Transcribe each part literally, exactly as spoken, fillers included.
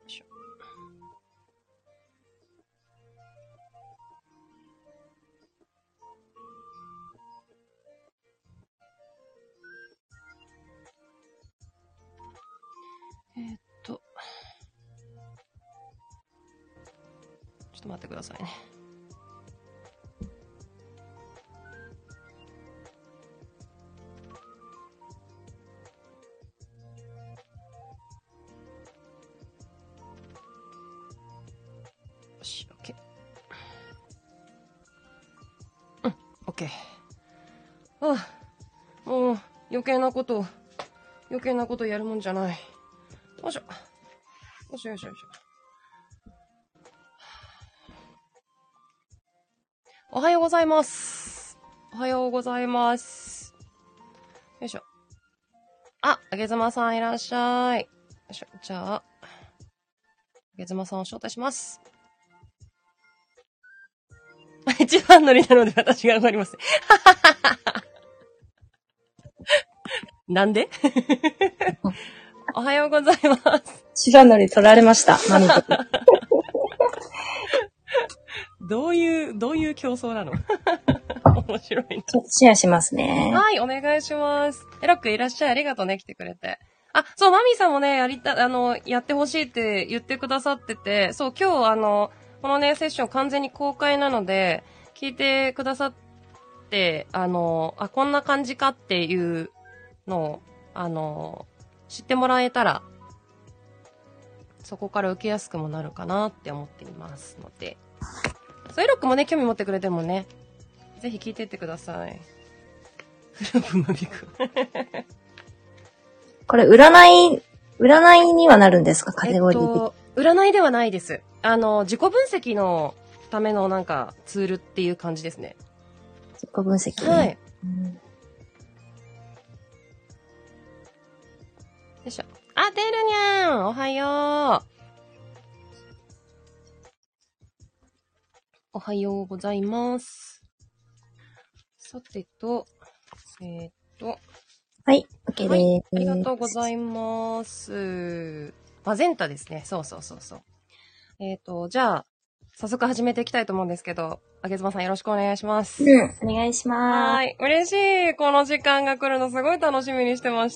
しょ。えーっと。ちょっと待ってくださいね。よし、OK。うん、OK。ああ、もう余計なこと、余計なことやるもんじゃない。よいしょ。よいしょよいしょよいしょ。おはようございます。おはようございます。よいしょ。あ、あげずまさんいらっしゃい。よいしょ。じゃあ、あげずまさんを招待します。一番乗りなので私が上がります。なんでおはようございます。 一番乗り取られました。何とどういう、どういう競争なの面白いな。 ちょっとシェアしますね。 はい、お願いします。エロックいらっしゃい。ありがとうね、来てくれて。あ、そう、マミーさんもね、やりた、あの、やってほしいって言ってくださってて、そう、今日、あの、このね、セッション完全に公開なので、聞いてくださって、あの、あ、こんな感じかっていうのを、あの、知ってもらえたら、そこから受けやすくもなるかなって思っていますので。そう、エロックもね、興味持ってくれてもね、ぜひ聞いてってください。フループムビク。 これ、占い、占いにはなるんですか？カテゴリー的。 えっと、占いではないです。あの、自己分析のためのなんかツールっていう感じですね。 自己分析、ね。 はい。 うん、 よいしょ。あ、てるにゃんおはよう。おはようございます。さてと、えー、っと。 はい、OK です、はい。 ありがとうございます。マゼンタですね。そうそうそうそう。えー、っと、じゃあ、早速始めていきたいと思うんですけど、あげずまさんよろしくお願いします。 うん、お願いします。 はい。嬉しい。この時間が来るのすごい楽しみにしてました。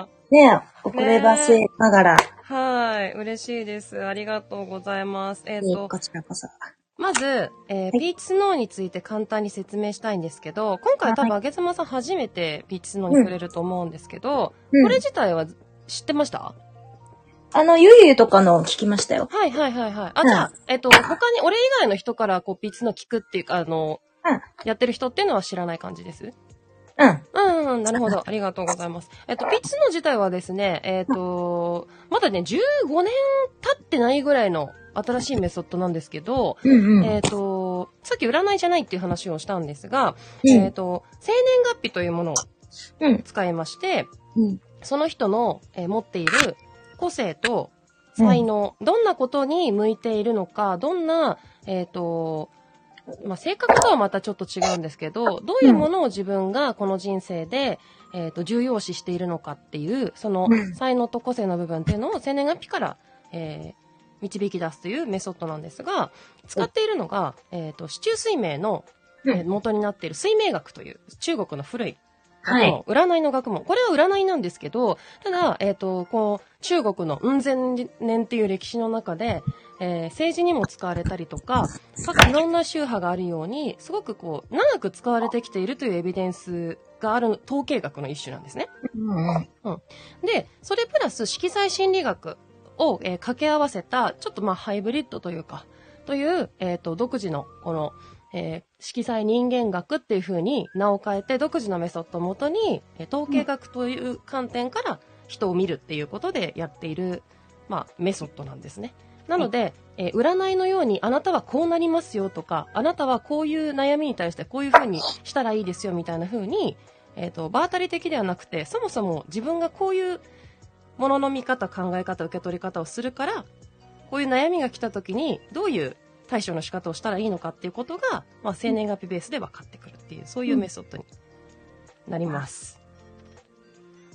ねえ、遅ればせながら。 はい。嬉しいです。ありがとうございます。えっと、 こちらこそ。 まず、えーはい、ピーチスノーについて簡単に説明したいんですけど、今回多分あげずまさん初めてピーチスノーに触れると思うんですけど、うん、これ自体は知ってました？ あの、ゆゆとかの聞きましたよ。 はいはいはいはい。あ、じゃあ、うん、えっと、他に俺以外の人からこう、ピーチスノー聞くっていうか、あの、うん、やってる人っていうのは知らない感じです？ うん。 うん、うん、なるほど。ありがとうございます。えっと、ピーチスノー自体はですね、えっと、まだね、じゅうごねん経ってないぐらいの新しいメソッドなんですけど、うんうん、えっと、さっき占いじゃないっていう話をしたんですが、うん、えっと、生年月日というものを使いまして、うん、その人の、えー、持っている個性と才能、うん、どんなことに向いているのか、どんな、えっと、まあ、性格とはまたちょっと違うんですけど、どういうものを自分がこの人生で、えっと、重要視しているのかっていう、その才能と個性の部分っていうのを生年月日から、えー、導き出すというメソッドなんですが、使っているのが、えっと、四柱推命の、えー、元になっている推命学という中国の古い学問、はい、占いの学問。これは占いなんですけど、ただ、えっと、こう、中国のうん千年っていう歴史の中で、えー、政治にも使われたりとか、各いろんな宗派があるように、すごくこう、長く使われてきているというエビデンスがある統計学の一種なんですね。うんうん、で、それプラス色彩心理学を、えー、掛け合わせた、ちょっとまあハイブリッドというか、という、えっと、独自の、この、えー、色彩人間学っていう風に名を変えて、独自のメソッドをもとに、えー、統計学という観点から人を見るっていうことでやっている、まあ、メソッドなんですね。なので、えー、占いのようにあなたはこうなりますよとか、あなたはこういう悩みに対してこういう風にしたらいいですよみたいな風に、えっと、場当たり的ではなくて、そもそも自分がこういうものの見方、考え方、受け取り方をするから、こういう悩みが来た時にどういう対処の仕方をしたらいいのかっていうことが、まあ、生年月日ベースで分かってくるっていう、そういうメソッドになります。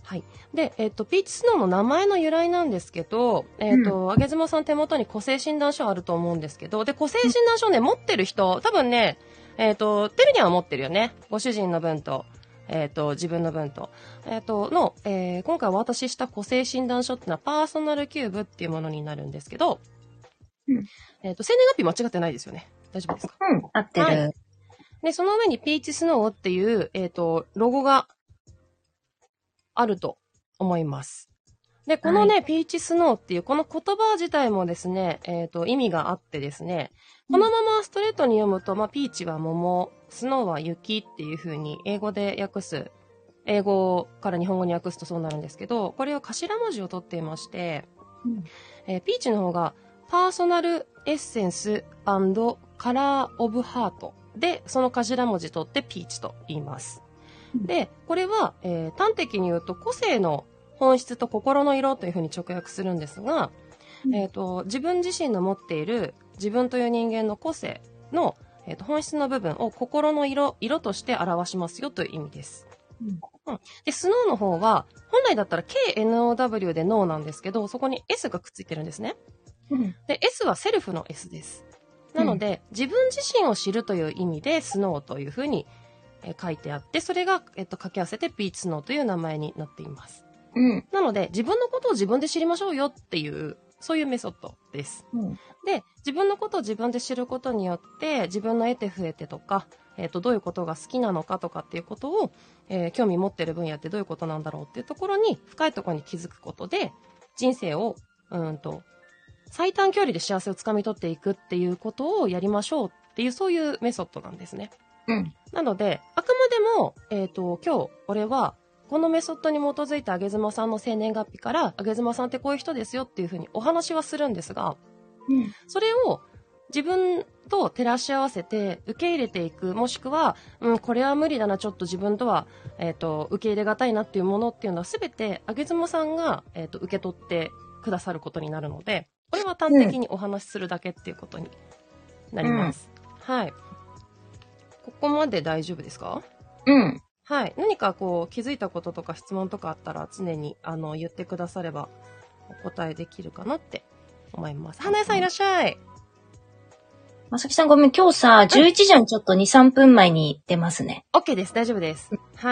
はい。で、えっ、と、ピーチスノーの名前の由来なんですけど、えっ、と、あげずまさん手元に個性診断書あると思うんですけど、で、個性診断書ね、持ってる人、多分ね、えっ、と、テルニャは持ってるよね。ご主人の分と、えっ、と、自分の分と。えっ、と、の、えー、今回お渡しした個性診断書っていうのはパーソナルキューブっていうものになるんですけど、うん、えっ、と、生年月日間違ってないですよね。大丈夫ですか？ うん、合ってる。はい。 で、その上にピーチスノーっていう、えっ、と、ロゴがあると思います。で、このね、はい、ピーチスノーっていうこの言葉自体もですね、えっ、と、意味があってですね、このままストレートに読むと、まあ、ピーチは桃、スノーは雪っていう風に英語で訳す、英語から日本語に訳すとそうなるんですけど、これは頭文字を取っていまして、うんえー、ピーチの方がパーソナルエッセンス&カラーオブハートで、その頭文字取ってピーチと言います。で、これは、えー、端的に言うと個性の本質と心の色というふうに直訳するんですが、うん、えっと、自分自身の持っている自分という人間の個性の、えー、と本質の部分を心の色、色として表しますよという意味です。うんうん、で、スノーの方は、本来だったら ケーエヌオーダブリュー でノーなんですけど、そこに S がくっついてるんですね。うん、で、S はセルフの S です。なので、うん、自分自身を知るという意味でスノーというふうにえー、書いてあって、それが、えっと、掛け合わせてピーチスノーという名前になっています。うん。なので、自分のことを自分で知りましょうよっていう、そういうメソッドです。うん、で、自分のことを自分で知ることによって、自分の得て増えてとか、えっと、どういうことが好きなのかとかっていうことを、えー、興味持ってる分野ってどういうことなんだろうっていうところに、深いところに気づくことで、人生を、うんと、最短距離で幸せをつかみ取っていくっていうことをやりましょうっていう、そういうメソッドなんですね。うん。なので、あくまでも、えっと、今日、俺は、このメソッドに基づいてあげずまさんの生年月日から、あげずまさんってこういう人ですよっていうふうにお話はするんですが、うん。それを自分と照らし合わせて受け入れていく、もしくは、うん、これは無理だな、ちょっと自分とは、えっと、受け入れがたいなっていうものっていうのはすべてあげずまさんが、えっと、受け取ってくださることになるので、これは端的にお話しするだけっていうことになります。うん、はい。ここまで大丈夫ですか？うん。はい。何かこう気づいたこととか質問とかあったら常にあの言ってくださればお答えできるかなって思います。花江さんいらっしゃい。 まさきさんごめん、今日さ、じゅういちじにちょっとに、さんぷんまえに出ますね。 OK です。大丈夫です。はい。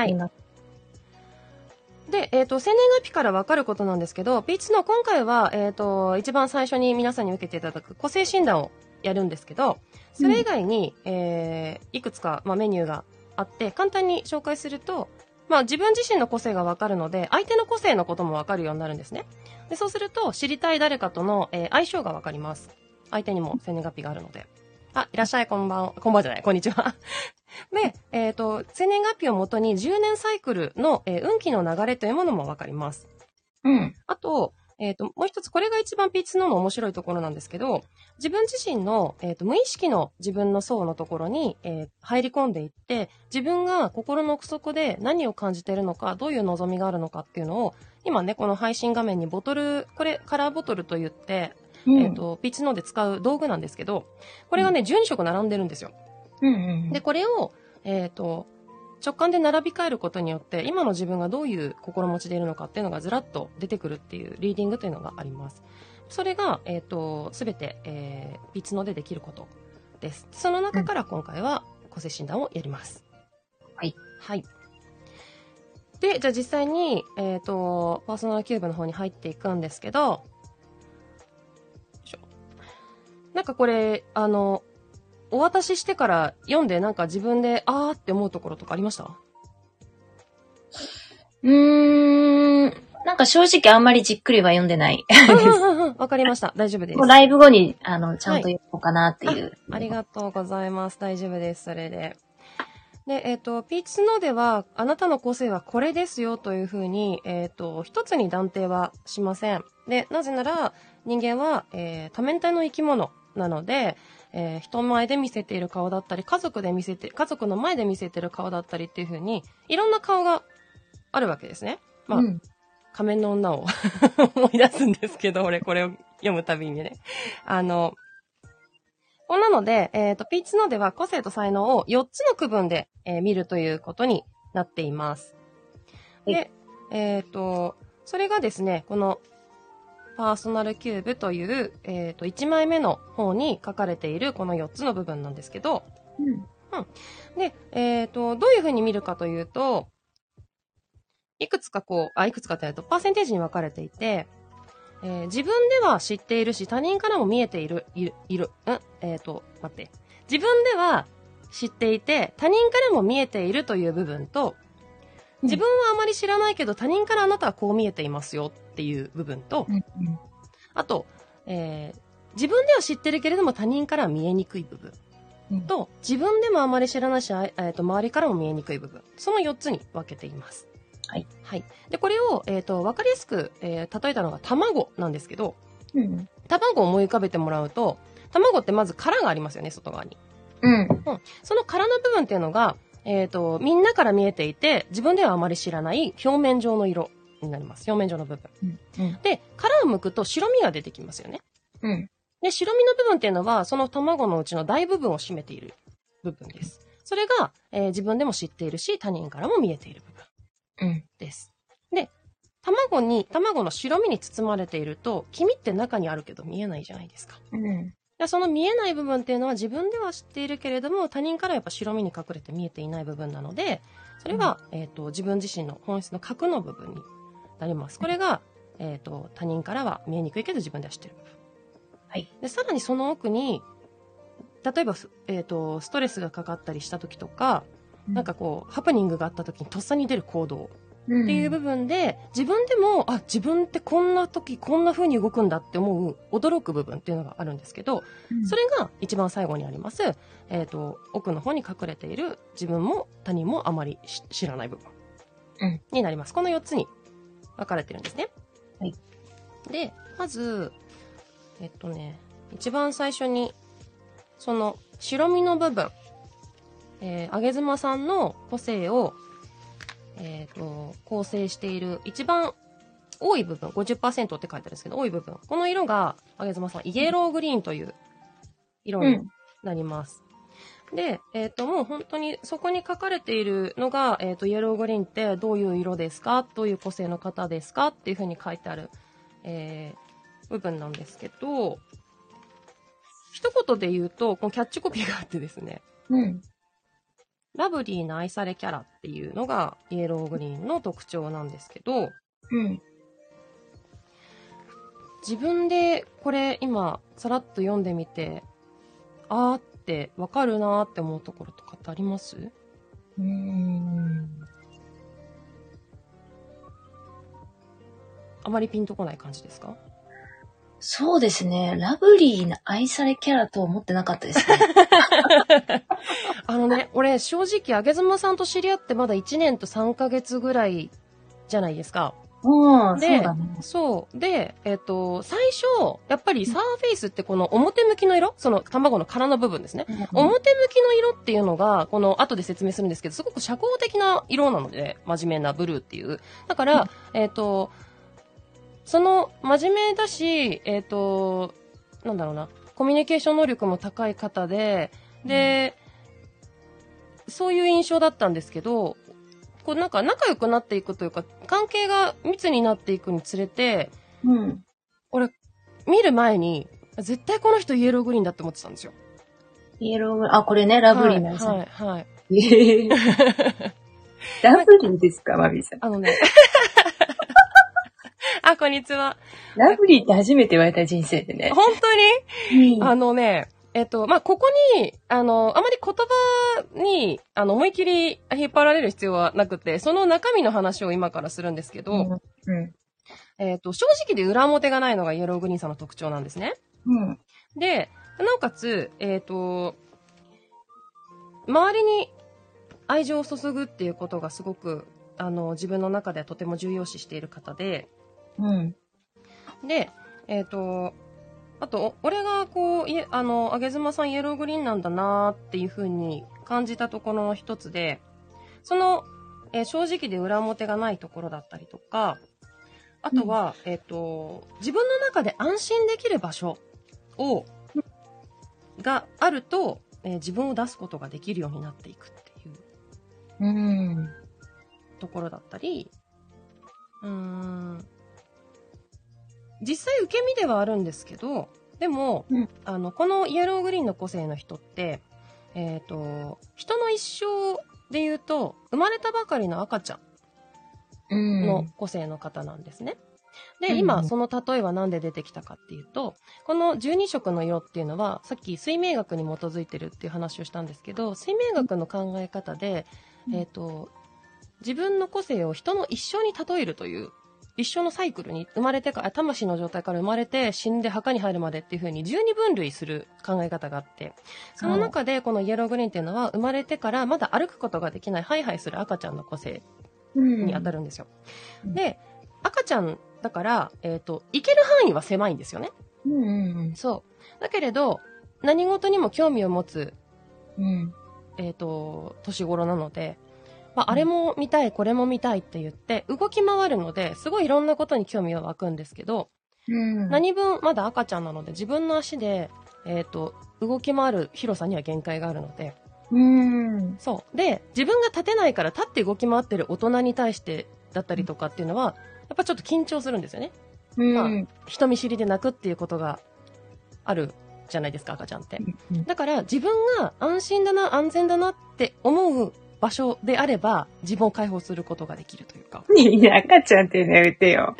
で、えっと、生年月日からわかることなんですけど、ピーチの今回は、えっと、一番最初に皆さんに受けていただく個性診断をやるんですけど、それ以外に、うん、えー、いくつか、まあ、メニューがあって、簡単に紹介すると、まあ、自分自身の個性がわかるので、相手の個性のこともわかるようになるんですね。で、そうすると、知りたい誰かとの、えー、相性がわかります。相手にも生年月日があるので。あ、いらっしゃい、こんばんは。こんばんじゃない、こんにちは。で、えっと、生年月日をもとにじゅうねんサイクルの、えー、運気の流れというものもわかります。うん。あと、えっと、もう一つ、これが一番ピーチスノーの面白いところなんですけど、自分自身の、えっと、無意識の自分の層のところに、えー、入り込んでいって、自分が心の奥底で何を感じているのか、どういう望みがあるのかっていうのを、今ね、この配信画面にボトル、これカラーボトルと言って、うん、えっと、ピーチスノーで使う道具なんですけど、これがね、じゅうにしょく並んでるんですよ。うんうんうん、で、これを、えっと、直感で並び替えることによって、今の自分がどういう心持ちでいるのかっていうのがずらっと出てくるっていうリーディングというのがあります。それが、えっと、すべて、えー、ピーチスノーでできることです。その中から今回は個性診断をやります。はい。はい。で、じゃあ実際に、えっと、パーソナルキューブの方に入っていくんですけど、なんかこれ、あの、お渡ししてから読んでなんか自分であーって思うところとかありました？ うーん、なんか正直あんまりじっくりは読んでない。 わかりました。大丈夫です。 もうライブ後に、あの、ちゃんと読もうかなっていう、はいあ。ありがとうございます。大丈夫です。それで。で、えっと、ピーチスノーでは、あなたの個性はこれですよというふうに、えっと、一つに断定はしません。で、なぜなら、人間は、えー、多面体の生き物なので、えー、人前で見せている顔だったり、家族で見せて、家族の前で見せている顔だったりっていうふうに、いろんな顔があるわけですね。まあ、うん、仮面の女を思い出すんですけど、俺これを読むたびにね。あの、なので、えっと、ピーチスノーでは個性と才能をよっつの区分で、えー、見るということになっています。で、ええっと、それがですね、この、パーソナルキューブという、えっと、いちまいめの方に書かれているこのよっつの部分なんですけど、 うん。 うん。で、えっと、どういう風に見るかというと、いくつかこう、あ、いくつかって言うと、パーセンテージに分かれていて、えー自分では知っているし、他人からも見えている、いる、いる、んえっと、待って。自分では知っていて、他人からも見えているという部分と、自分はあまり知らないけど、他人からあなたはこう見えていますよっていう部分と、 うんうん。 あと、えー自分では知ってるけれども他人からは見えにくい部分うん。 と、自分でもあまり知らないし、あえーと、周りからも見えにくい部分。そのよっつに分けています。 はい。 はい。で、これを、えっと、わかりやすく、えー例えたのが卵なんですけど、 うん。 卵を思い浮かべてもらうと、卵ってまず殻がありますよね、外側に。 うん。 うん。その殻の部分っていうのが、えっと、みんなから見えていて、自分ではあまり知らない表面上の色になります。表面上の部分。 うん。うん。 で、殻を剥くと白身が出てきますよね。 うん。 で、白身の部分っていうのは、その卵のうちの大部分を占めている部分です。それが、えー自分でも知っているし、他人からも見えている部分うん。 です。で、卵に、卵の白身に包まれていると、黄身って中にあるけど見えないじゃないですか。 うん。 でその見えない部分っていうのは自分では知っているけれども、他人からやっぱ白身に隠れて見えていない部分なので、それが、えっと、自分自身の本質の核の部分になります。これが、えっと、他人からは見えにくいけど自分では知っている部分。 はい。 で、さらにその奥に、例えば、すえっと、ストレスがかかったりした時とか、なんかこう、ハプニングがあった時にとっさに出る行動うん、 っていう部分で、自分でも、あ、自分ってこんな時こんな風に動くんだって思う驚く部分っていうのがあるんですけど、 うんそれが一番最後にあります、えっと、奥の方に隠れている自分も他人もあまりし知らない部分うんになります。このよっつに分かれてるんですね。 はい。 で、まず、えっとね、一番最初に、その白身の部分、えー、あげずまさんの個性を、えっと、構成している一番多い部分、ごじゅっパーセント って書いてあるんですけど、多い部分。この色が、あげずまさん、イエローグリーンという色になります。うん、で、えっ、と、もう本当にそこに書かれているのが、えっ、と、イエローグリーンってどういう色ですか？どういう個性の方ですか？っていうふうに書いてある、えー、部分なんですけど、一言で言うと、このキャッチコピーがあってですね、 うん。 ラブリーな愛されキャラっていうのがイエローグリーンの特徴なんですけど、 うん。 自分でこれ今さらっと読んでみて、あーってわかるなーって思うところとかってあります？ うーん。 あまりピンとこない感じですか？ そうですね。ラブリーな愛されキャラとは思ってなかったですね。 あのね、俺正直あげずまさんと知り合ってまだいちねんとさんかげつぐらいじゃないですか。 うん、 で、 そうだね。 そう。で、えっ、と、最初、やっぱりサーフェイスってこの表向きの色、その卵の殻の部分ですね。 うん、 表向きの色っていうのが、この後で説明するんですけど、すごく社交的な色なので、真面目なブルーっていう。だから、うん、えっ、と、その真面目だし、えっ、と、なんだろうな、コミュニケーション能力も高い方で、で、うん、そういう印象だったんですけど、こうなんか仲良くなっていくというか、関係が密になっていくにつれて、 うん。 俺、見る前に、絶対この人イエローグリーンだって思ってたんですよ。 イエローグリーン、あ、これね、ラブリーなやつ。 はい、はい、はい。 えー、ラブリーですか、マビーさん。 あのね。あ、こんにちは。 ラブリーって初めて言われた人生でね。 本当に、 うん、 あのね、えっと、まあ、ここに、あの、あまり言葉に、あの、思い切り引っ張られる必要はなくて、その中身の話を今からするんですけど、うんうん、えっと、正直で裏表がないのがイエローグリーンさんの特徴なんですね。うん、で、なおかつ、えっと、周りに愛情を注ぐっていうことがすごく、あの、自分の中ではとても重要視している方で、うん、で、えっと、あと、俺がこう、いえ、あの、あげずまさんイエローグリーンなんだなーっていう風に感じたところの一つで、その、えー、正直で裏表がないところだったりとか、あとは、うん、えっと、自分の中で安心できる場所を、があると、えー、自分を出すことができるようになっていくっていう、うん、ところだったり、 うーん。実際受け身ではあるんですけど、でも、うん、あの、このイエローグリーンの個性の人って、えっと、人の一生で言うと、生まれたばかりの赤ちゃんの個性の方なんですね。うん、で、今、その例えは何で出てきたかっていうと、このじゅうに色の色っていうのは、さっき水明学に基づいてるっていう話をしたんですけど、水明学の考え方で、えっと、自分の個性を人の一生に例えるという、一生のサイクルに生まれてから、魂の状態から生まれて死んで墓に入るまでっていう風にじゅうに分類する考え方があって、その中でこのイエローグリーンっていうのは生まれてからまだ歩くことができないハイハイする赤ちゃんの個性に当たるんですよ。うん、で、赤ちゃんだから、えっと、行ける範囲は狭いんですよね。 うんうんうん、 そう。だけれど、何事にも興味を持つ、 うん、 えっと、年頃なので、まあ、あれも見たい、これも見たいって言って、動き回るので、すごいいろんなことに興味は湧くんですけど、うん、何分まだ赤ちゃんなので、自分の足で、えっと、動き回る広さには限界があるので、 うん、 そう。で、自分が立てないから立って動き回ってる大人に対してだったりとかっていうのは、やっぱちょっと緊張するんですよね。うん、まあ、人見知りで泣くっていうことがあるじゃないですか、赤ちゃんって。だから、自分が安心だな、安全だなって思う場所であれば、自分を解放することができるというか。 いや、赤ちゃんっていうのやめてよ。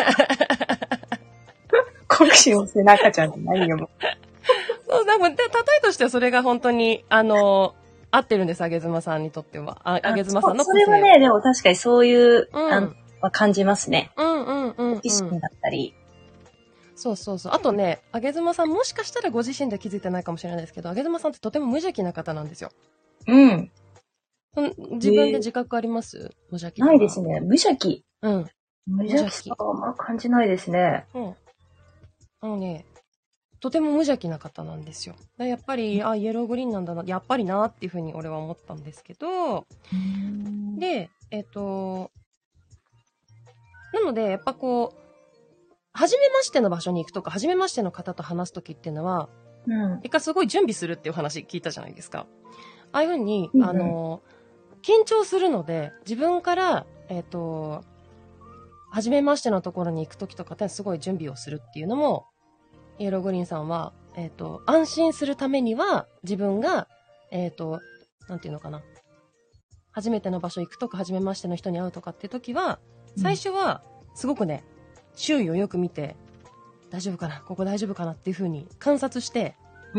好奇心を捨てな赤ちゃんってないよ、もう。 そう、でも、例えとしてはそれが本当に、あの、合ってるんです、あげずまさんにとっては。あ、あげずまさんの個性。 それはね、でも確かにそういう、うん、あの、は感じますね。 うんうんうん、うん。 好奇心だったり。 そうそうそう。あとね、あげずまさんもしかしたらご自身で気づいてないかもしれないですけど、あげずまさんってとても無邪気な方なんですよ。 うん。 自分で自覚あります、えー、無邪気ないですね。無邪気。 うん。 無邪気さはあんま感じないですね。 うん。あのね、とても無邪気な方なんですよ。やっぱり、あ、イエローグリーンなんだな、やっぱりなっていうふうに俺は思ったんですけど、で、えっと、なので、やっぱこう、初めましての場所に行くとか、初めましての方と話すときっていうのは、うん。一回すごい準備するっていう話聞いたじゃないですか。ああいうふうに、うんうん、あの、緊張するので、自分から、えっと、初めましてのところに行くときとかってすごい準備をするっていうのも、イエローグリーンさんは、えっと、安心するためには、自分が、えっと、なんていうのかな。初めての場所行くとか、初めましての人に会うとかっていうときは、最初は、すごくね、周囲をよく見て、大丈夫かなここ大丈夫かなっていう風に観察して、 うん。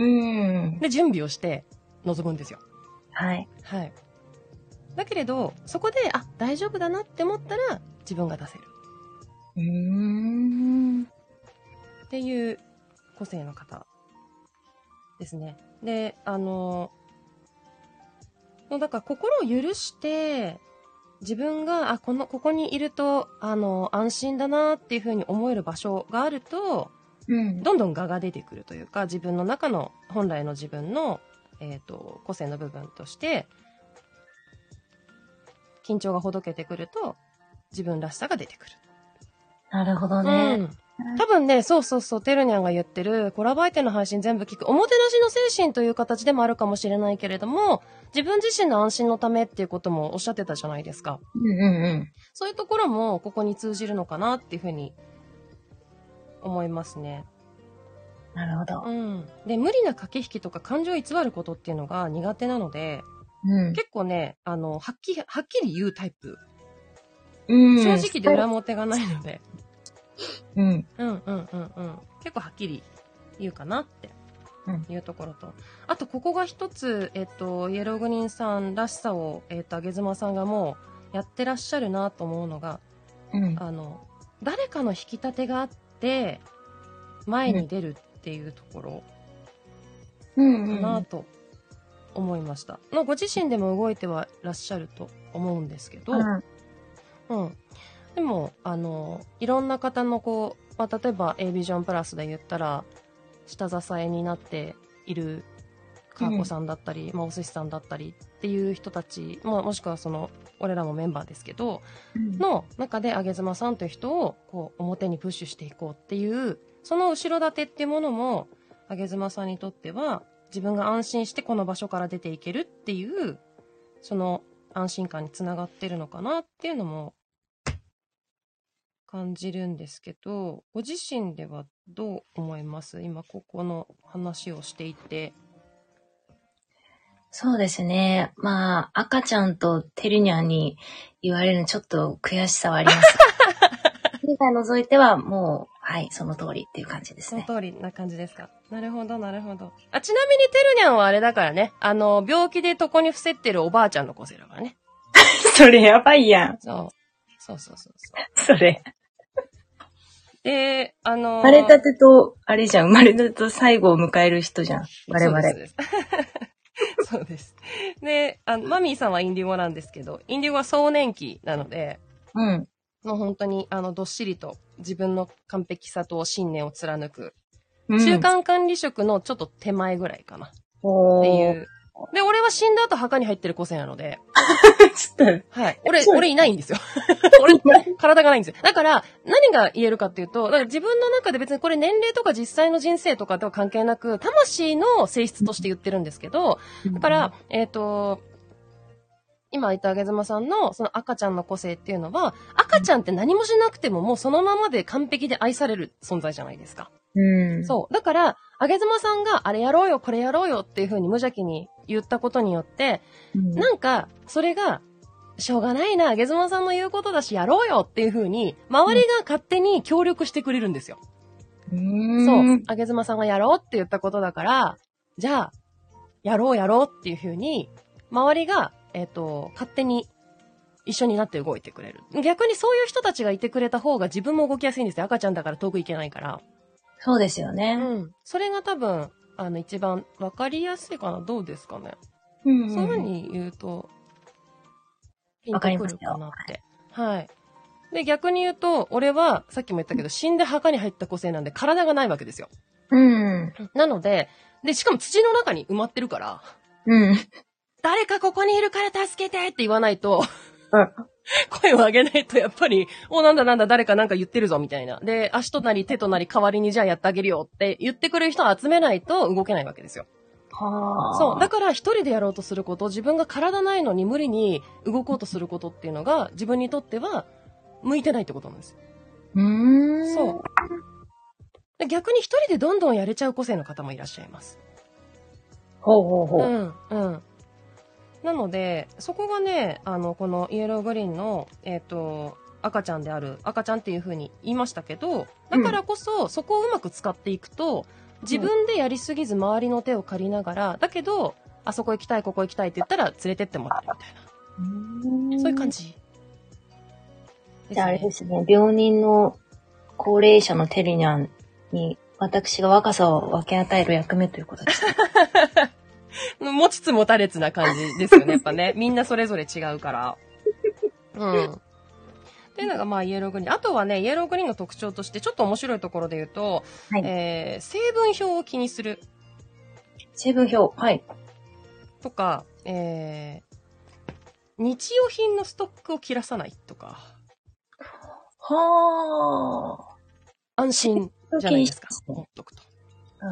で、準備をして臨むんですよ。 はい。 はい。だけれど、そこで、あ、大丈夫だなって思ったら、自分が出せる。 うーん。 っていう個性の方ですね。で、あの、だから心を許して、自分が、あ、この、ここにいると、あの、安心だなっていう風に思える場所があると、うん、どんどん我が出てくるというか、自分の中の本来の自分の、えっと、個性の部分として、緊張がほどけてくると、自分らしさが出てくる。 なるほどね。 うん多分ね、そうそうそう、てるにゃんが言ってる、コラボ相手の配信全部聞く、おもてなしの精神という形でもあるかもしれないけれども、自分自身の安心のためっていうこともおっしゃってたじゃないですか。 うんうんうん。 そういうところも、ここに通じるのかなっていうふうに、思いますね。 なるほど。 うん。で、無理な駆け引きとか感情を偽ることっていうのが苦手なので、うん、結構ね、あの、はっきり、はっきり言うタイプ。うん。正直で裏表がないので。うん。うんうんうんうん。結構はっきり言うかなっていうところと。うん、あと、ここが一つ、えっと、イエローグリーンさんらしさを、えっと、あげずまさんがもうやってらっしゃるなと思うのが、うん、あの、誰かの引き立てがあって、前に出るっていうところ、かなと思いました。まあ、ご自身でも動いてはいらっしゃると思うんですけど、うん。うんでも、あの、いろんな方のこう、まあ、例えば A ビジョンプラスで言ったら、下支えになっているかーこさんだったり、うん、まあ、お寿司さんだったりっていう人たち、まあ、もしくはその、俺らもメンバーですけど、うん、の中であげずまさんという人を、こう、表にプッシュしていこうっていう、その後ろ盾っていうものも、あげずまさんにとっては、自分が安心してこの場所から出ていけるっていう、その安心感につながってるのかなっていうのも、 感じるんですけど、ご自身ではどう思います？今ここの話をしていて。 そうですね。まあ、赤ちゃんとてるにゃんに言われるのちょっと悔しさはあります。以外除いてはもう、はい、その通りっていう感じですね。 その通りな感じですか。なるほど、なるほど。あ、ちなみにてるにゃんはあれだからね、あの、病気で床に伏せってるおばあちゃんの個性だからね。 それやばいやん。 そう。そうそうそうそう。それ。 で、あのー、 生まれたてと、あれじゃん、生まれたてと最後を迎える人じゃん。我々。 そうです。そうです。で、あの、マミーさんはインディゴなんですけど、インディゴは壮年期なので、 うん。 もう本当に、あの、どっしりと自分の完璧さと信念を貫く、うん、中間管理職のちょっと手前ぐらいかな。っていう。で、俺は死んだ後墓に入ってる個性なので。 ちょっと。 はい。俺、俺いないんですよ。俺、体がないんですよ。だから、何が言えるかっていうと、だから自分の中で別にこれ年齢とか実際の人生とかとは関係なく、魂の性質として言ってるんですけど、だから、えっと、今言ったあげずまさんのその赤ちゃんの個性っていうのは、赤ちゃんって何もしなくてももうそのままで完璧で愛される存在じゃないですか。 うん。 そう。だから、あげずまさんがあれやろうよ、これやろうよっていう風に無邪気に言ったことによって、うん、なんか、それが、しょうがないな、あげずまさんの言うことだし、やろうよっていう風に、周りが勝手に協力してくれるんですよ。うん、そう。あげずまさんがやろうって言ったことだから、じゃあ、やろうやろうっていう風に、周りが、えっと、勝手に一緒になって動いてくれる。逆にそういう人たちがいてくれた方が自分も動きやすいんですよ。赤ちゃんだから遠く行けないから。 そうですよね。 うん。それが多分、あの、一番わかりやすいかな。どうですかね。うん、うん。そういうふうに言うと、ピンとくるかなって。はい。で、逆に言うと、俺は、さっきも言ったけど、死んで墓に入った個性なんで体がないわけですよ。 うん。 なので、で、しかも土の中に埋まってるから、 うん。 誰かここにいるから助けてって言わないと、 うん、 声を上げないとやっぱり、お、なんだなんだ誰かなんか言ってるぞみたいな。で、足となり手となり代わりにじゃあやってあげるよって言ってくれる人を集めないと動けないわけですよ。 はあ。 そう。だから一人でやろうとすること、自分が体ないのに無理に動こうとすることっていうのが自分にとっては向いてないってことなんですよ。 うーん。 そう。逆に一人でどんどんやれちゃう個性の方もいらっしゃいます。 ほうほうほう。 うん、うん。なので、そこがね、あの、このイエローグリーンの、えっと、赤ちゃんである、赤ちゃんっていう風に言いましたけど、だからこそ、うん、そこをうまく使っていくと、自分でやりすぎず周りの手を借りながら、だけど、あそこ行きたい、ここ行きたいって言ったら連れてってもらえるみたいな。うーん、そういう感じ、ね。 じゃああれですね、病人の高齢者のテリニャンに、私が若さを分け与える役目ということですね。 持ちつ持たれつな感じですよね、やっぱね。みんなそれぞれ違うから。うん。っていうのが、まあ、イエローグリーン。あとはね、イエローグリーンの特徴として、ちょっと面白いところで言うと、はい、えー、成分表を気にする。 成分表、はい。 とか、えー、日用品のストックを切らさないとか。 はあ。安心じゃないですか。持っとくと。 うん、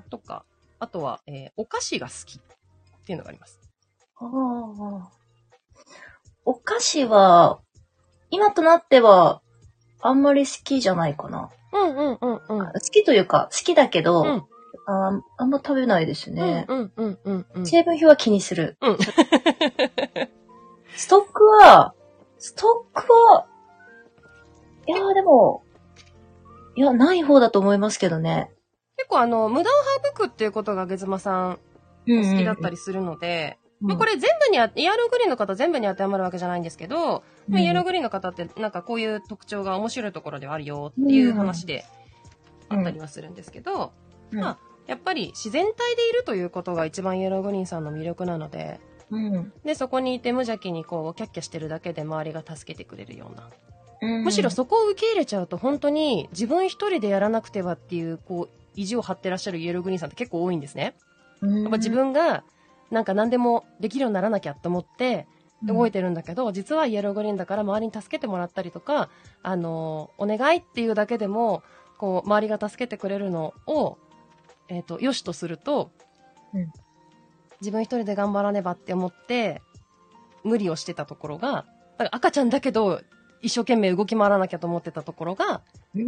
とか。あとは、えー、お菓子が好きっていうのがあります。 はあ。お菓子は、今となっては、あんまり好きじゃないかな。 うんうんうんうん。 好きというか、好きだけど、 うん、 あ, あんま食べないですね。 うんうんうんうん。 成分表は気にする。 うん、 ストックは、ストックは、いやーでも、いや、ない方だと思いますけどね。 結構あの、無駄を省くっていうことがあげずまさん好きだったりするので、うんうんうん、まあ、これ全部にあ、イエローグリーンの方全部に当てはまるわけじゃないんですけど、うん、まあ、イエローグリーンの方ってなんかこういう特徴が面白いところではあるよっていう話であったりはするんですけど、うん、まあ、やっぱり自然体でいるということが一番イエローグリーンさんの魅力なので、うん、で、そこにいて無邪気にこう、キャッキャしてるだけで周りが助けてくれるような。うん、むしろそこを受け入れちゃうと本当に自分一人でやらなくてはっていう、こう、意地を張ってらっしゃるイエローグリーンさんって結構多いんですね。うん、やっぱ自分がなんか何でもできるようにならなきゃと思って動いてるんだけど、うん、実はイエローグリーンだから周りに助けてもらったりとか、あの、お願いっていうだけでも、こう、周りが助けてくれるのを、えっと、良しとすると、うん、自分一人で頑張らねばって思って、無理をしてたところが、だから赤ちゃんだけど、 一生懸命動き回らなきゃと思ってたところが、 うん、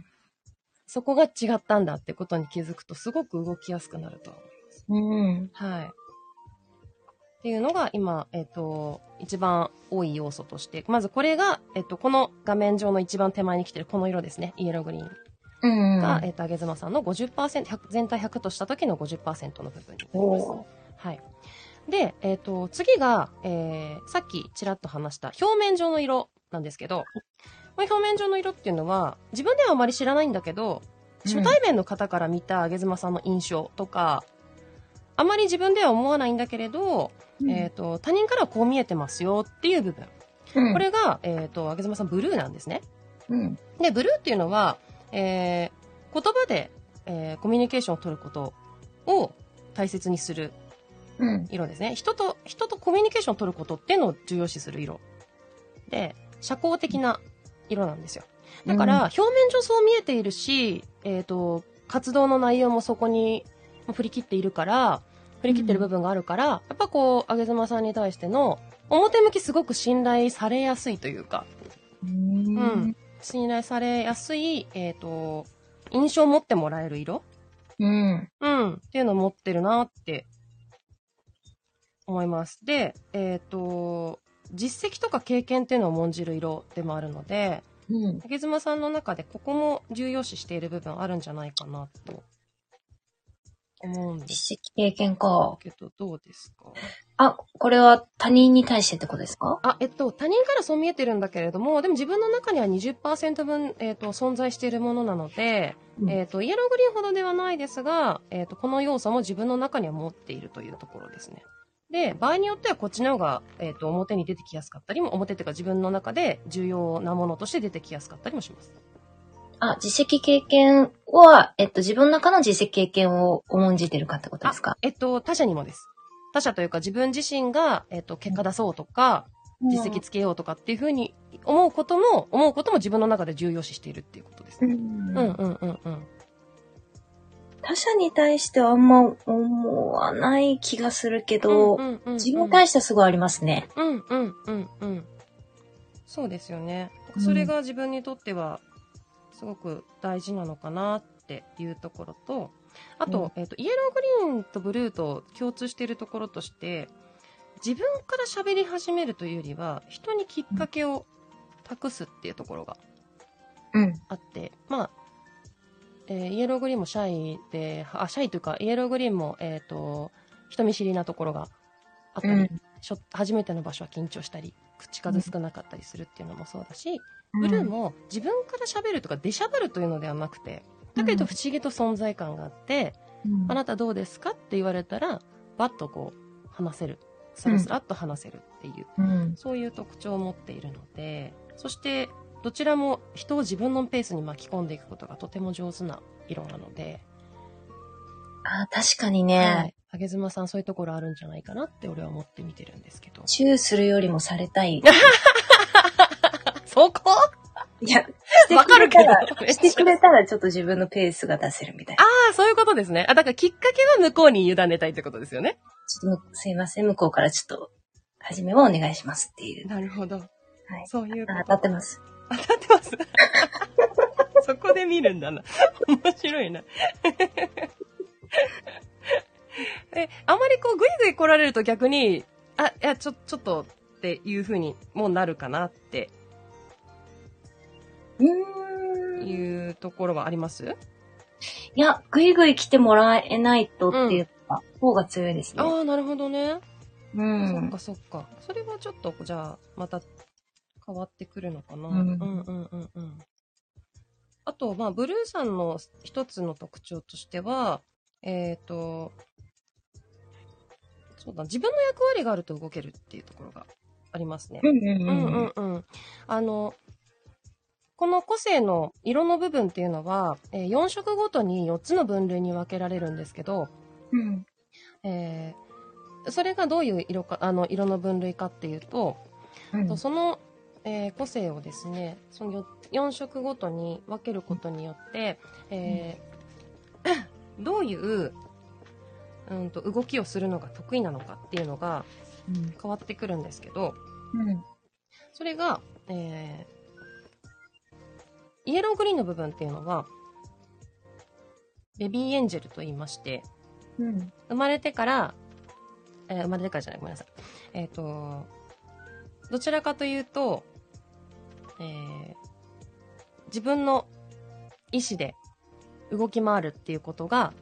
そこが違ったんだってことに気づくとすごく動きやすくなると思います。 うん。 はい。っていうのが今、えっと、一番多い要素として、まずこれが、えっと、この画面上の一番手前に来てるこの色ですね。イエローグリーン。 うん、 が、えっと、あげずまさんの ごじゅっパーセント、全体ひゃくとした時の ごじゅっパーセント の部分になります。はい。で、えっと、次が、えー、さっきちらっと話した表面上の色なんですけど、この表面上の色っていうのは、自分ではあまり知らないんだけど、初対面の方から見たあげずまさんの印象とか、あまり自分では思わないんだけれど、うん、えっと、他人からはこう見えてますよっていう部分。うん、これが、えっと、あげずまさんブルーなんですね。うん、で、ブルーっていうのは、えー、言葉で、えー、コミュニケーションを取ることを大切にする色ですね。うん、人と、人とコミュニケーションを取ることっていうのを重要視する色。で、社交的な色なんですよ。だから、うん、表面上そう見えているし、えっと、活動の内容もそこに振り切っているから、振り切ってる部分があるから、うん、やっぱこう、あげずまさんに対しての表向きすごく信頼されやすいというか、うん、うん、信頼されやすい、えっと、印象を持ってもらえる色、うん。うん。っていうのを持ってるなって思います。で、えっと、実績とか経験っていうのを重んじる色でもあるので、うん。あげずまさんの中でここも重要視している部分あるんじゃないかなと思うんです。 実績経験か。 けど、どうですか？ あ、これは他人に対してってことですか？ あ、えっと、他人からそう見えてるんだけれども、でも自分の中には にじゅっパーセント 分、えっと、存在しているものなので、うん、えっと、イエローグリーンほどではないですが、えっと、この要素も自分の中には持っているというところですね。で、場合によってはこっちの方が、えっと、表に出てきやすかったりも、表っていうか自分の中で重要なものとして出てきやすかったりもします。 あ、実績経験は、えっと、自分の中の実績経験を重んじてるかってことですか？ えっと、他者にもです。他者というか自分自身が、えっと、結果出そうとか、うん、実績つけようとかっていうふうに思うことも、思うことも自分の中で重要視しているっていうことですね。うん、うん、うんうんうん。 他者に対してはあんま思わない気がするけど、うんうんうんうん、自分に対してはすごいありますね。 うんうんうんうん。そうですよね。それが自分にとってはすごく大事なのかなっていうところと、あと、うん、えっと、イエローグリーンとブルーと共通しているところとして、自分から喋り始めるというよりは、人にきっかけを託すっていうところがあって、うん、まあ、えー、イエローグリーンもシャイで、あ、シャイというか、イエローグリーンも、えっと、人見知りなところがあったり、うん、初めての場所は緊張したり、口数少なかったりするっていうのもそうだし、うん、ブルーも自分から喋るとか出しゃばるというのではなくて、だけど不思議と存在感があって、うん、あなたどうですかって言われたら、バッとこう、話せる。スラスラっと話せるっていう、うん、そういう特徴を持っているので、そしてどちらも人を自分のペースに巻き込んでいくことがとても上手な色なので。 あ、確かにね。はい。 あげずまさんそういうところあるんじゃないかなって俺は思って見てるんですけど。 チューするよりもされたい。 そこいや、 わかるけど。 してくれたらちょっと自分のペースが出せるみたいな。 ああ、そういうことですね。あ、だからきっかけは向こうに委ねたいってことですよね。 ちょっとすいません、向こうからちょっと、はじめはお願いしますっていう。 なるほど。はい。そういうこと。 当たってます。 当たってます。そこで見るんだな。面白いな。え、あまりこうグイグイ来られると逆に、あ、いや、ちょ、ちょっとっていう風にもうなるかなって。うーん。いうところはあります？ いや、ぐいぐい来てもらえないとっていうか、うん、方が強いですね。 ああ、なるほどね。 うん。 そっかそっか。それはちょっと、じゃあ、また変わってくるのかな。うん、うん、うんうんうん。あと、まあ、ブルーさんの一つの特徴としては、えっと、そうだ、自分の役割があると動けるっていうところがありますね。 うんうんうん。うんうんうん。あの、この個性の色の部分っていうのは、えー、よん色ごとによっつの分類に分けられるんですけど、うんえー、それがどういう色か、あの、色の分類かっていうと、うん、その、えー、個性をですね、その よ, よん色ごとに分けることによって、えーうん、どういう、うんと、動きをするのが得意なのかっていうのが変わってくるんですけど、うん、それが、 えー、イエローグリーンの部分っていうのは、ベビーエンジェルと言いまして、 うん、 生まれてから、えー、生まれてからじゃない、ごめんなさい。えっと、どちらかというと、えー、自分の意思で動き回るっていうことが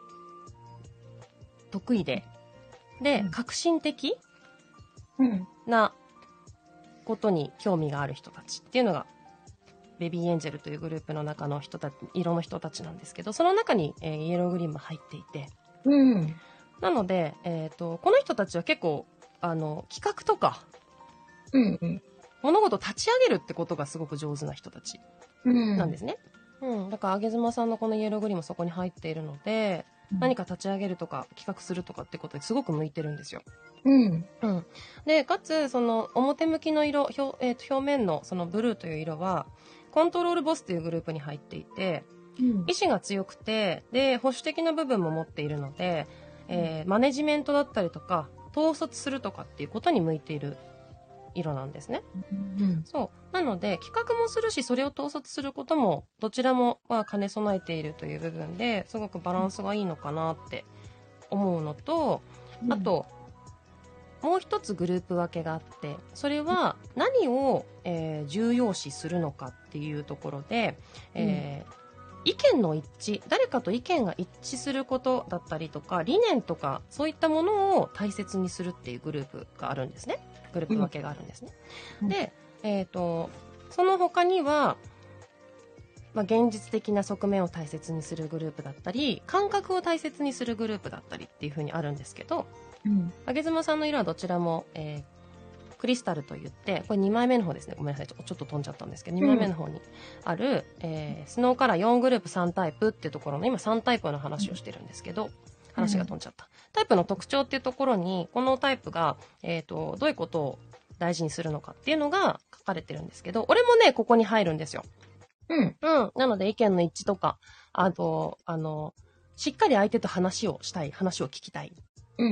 得意で、で、うん、革新的なことに興味がある人たちっていうのが、ベビーエンジェルというグループの中の人たち、色の人たちなんですけど、その中に、えー、イエローグリーンも入っていて、 うん、 なので、えっと、この人たちは結構、あの、企画とか、 うんうん、 物事を立ち上げるってことがすごく上手な人たちなんですね。うん。うん、だから、あげずまさんのこのイエローグリーンもそこに入っているので、うん、何か立ち上げるとか、企画するとかってことですごく向いてるんですよ。 うん。 うん。で、かつ、その、表向きの色、表、えーと、表面のそのブルーという色は、コントロールボスというグループに入っていて、うん、意志が強くて、で、保守的な部分も持っているので、えー、マネジメントだったりとか、統率するとかっていうことに向いている色なんですね。うん、そう。なので、企画もするし、それを統率することも、どちらも、まあ、兼ね備えているという部分で、すごくバランスがいいのかなって思うのと、あと、うん、もう一つグループ分けがあって、それは何を、えー、重要視するのかっていうところで、えーうん意見の一致、誰かと意見が一致することだったりとか、理念とか、そういったものを大切にするっていうグループがあるんですね。グループ分けがあるんですね。うん、で、えっと、その他には、まあ、現実的な側面を大切にするグループだったり、感覚を大切にするグループだったりっていう風にあるんですけど、うん、あげずまさんの色はどちらも、えークリスタルといって、これにまいめの方ですね。ごめんなさい。ちょ、ちょっと飛んじゃったんですけど、にまいめの方にある、うん、えー、スノーカラーよんグループさんタイプっていうところの、今さんタイプの話をしてるんですけど、話が飛んじゃった。タイプの特徴っていうところに、このタイプが、えっと、どういうことを大事にするのかっていうのが書かれてるんですけど、俺もね、ここに入るんですよ。うん。うん。なので意見の一致とか、あと、あの、しっかり相手と話をしたい、話を聞きたい。うんうん。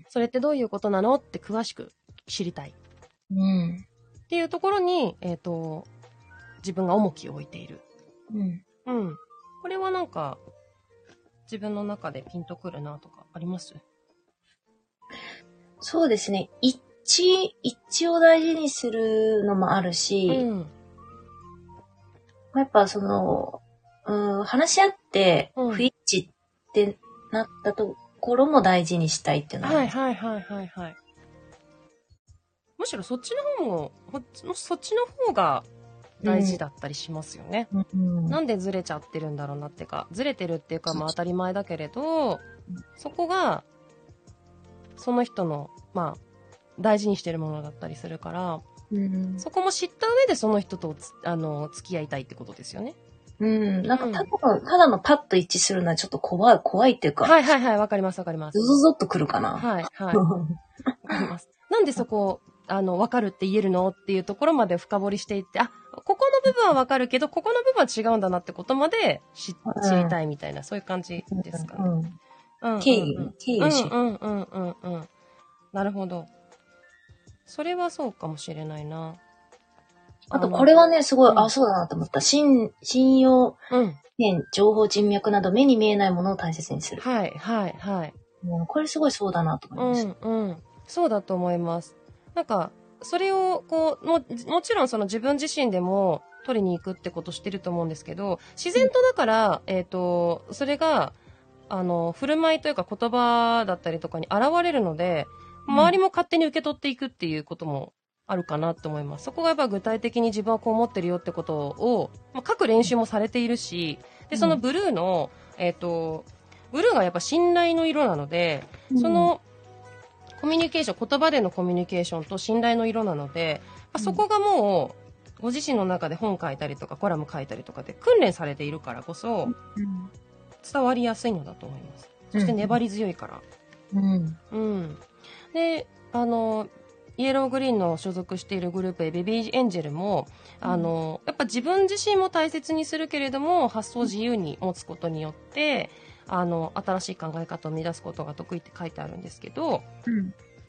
それってどういうことなのって詳しく知りたい。うん、っていうところに、えっと、自分が重きを置いている。うん。うん。これはなんか、自分の中でピンとくるなとかあります？ そうですね。一致、一致を大事にするのもあるし、うん、やっぱその、うん、話し合って不一致ってなったところも大事にしたいっていうのは、 はいはいはいはいはい。むしろそっちの方も、そっちの方が大事だったりしますよね。うん、なんでずれちゃってるんだろうなっていうか、ずれてるっていうかまあ当たり前だけれど、そこが、その人の、まあ、大事にしてるものだったりするから、うん、そこも知った上でその人とあの付き合いたいってことですよね。 うん。なんかただの、ただのパッと一致するのはちょっと怖い、怖いっていうか。 はいはいはい、わかりますわかります。 ゾゾゾっとくるかな。 はいはい。わかります。なんでそこ、あの、わかるって言えるのっていうところまで深掘りしていって、あ、ここの部分はわかるけど、ここの部分は違うんだなってことまで知、知りたいみたいな、そういう感じですかね。 うん。経緯、経緯を知る。 うんうんうんうん。なるほど。それはそうかもしれないな。 あと、これはね、すごい、うん、あ、そうだなと思った。信、信用、変、うん、情報人脈など目に見えないものを大切にする。 はいはいはい。 もうこれすごいそうだなと思いました。 うんうん。そうだと思います。なんか、それを、こう、も、もちろんその自分自身でも取りに行くってことしてると思うんですけど、自然とだから、うん、えっと、それが、あの、振る舞いというか言葉だったりとかに現れるので、周りも勝手に受け取っていくっていうこともあるかなと思います。そこがやっぱ具体的に自分はこう思ってるよってことを、まあ、書く練習もされているし、で、そのブルーの、えっと、ブルーがやっぱ信頼の色なので、その、コミュニケーション、言葉でのコミュニケーションと信頼の色なので、まあ、そこがもう、ご自身の中で本書いたりとか、コラム書いたりとかで訓練されているからこそ、伝わりやすいのだと思います。そして粘り強いから。うん。うん。で、あの、イエローグリーンの所属しているグループでベビーエンジェルも、あの、やっぱ自分自身も大切にするけれども、発想を自由に持つことによって、あの、新しい考え方を生み出すことが得意って書いてあるんですけど、うん、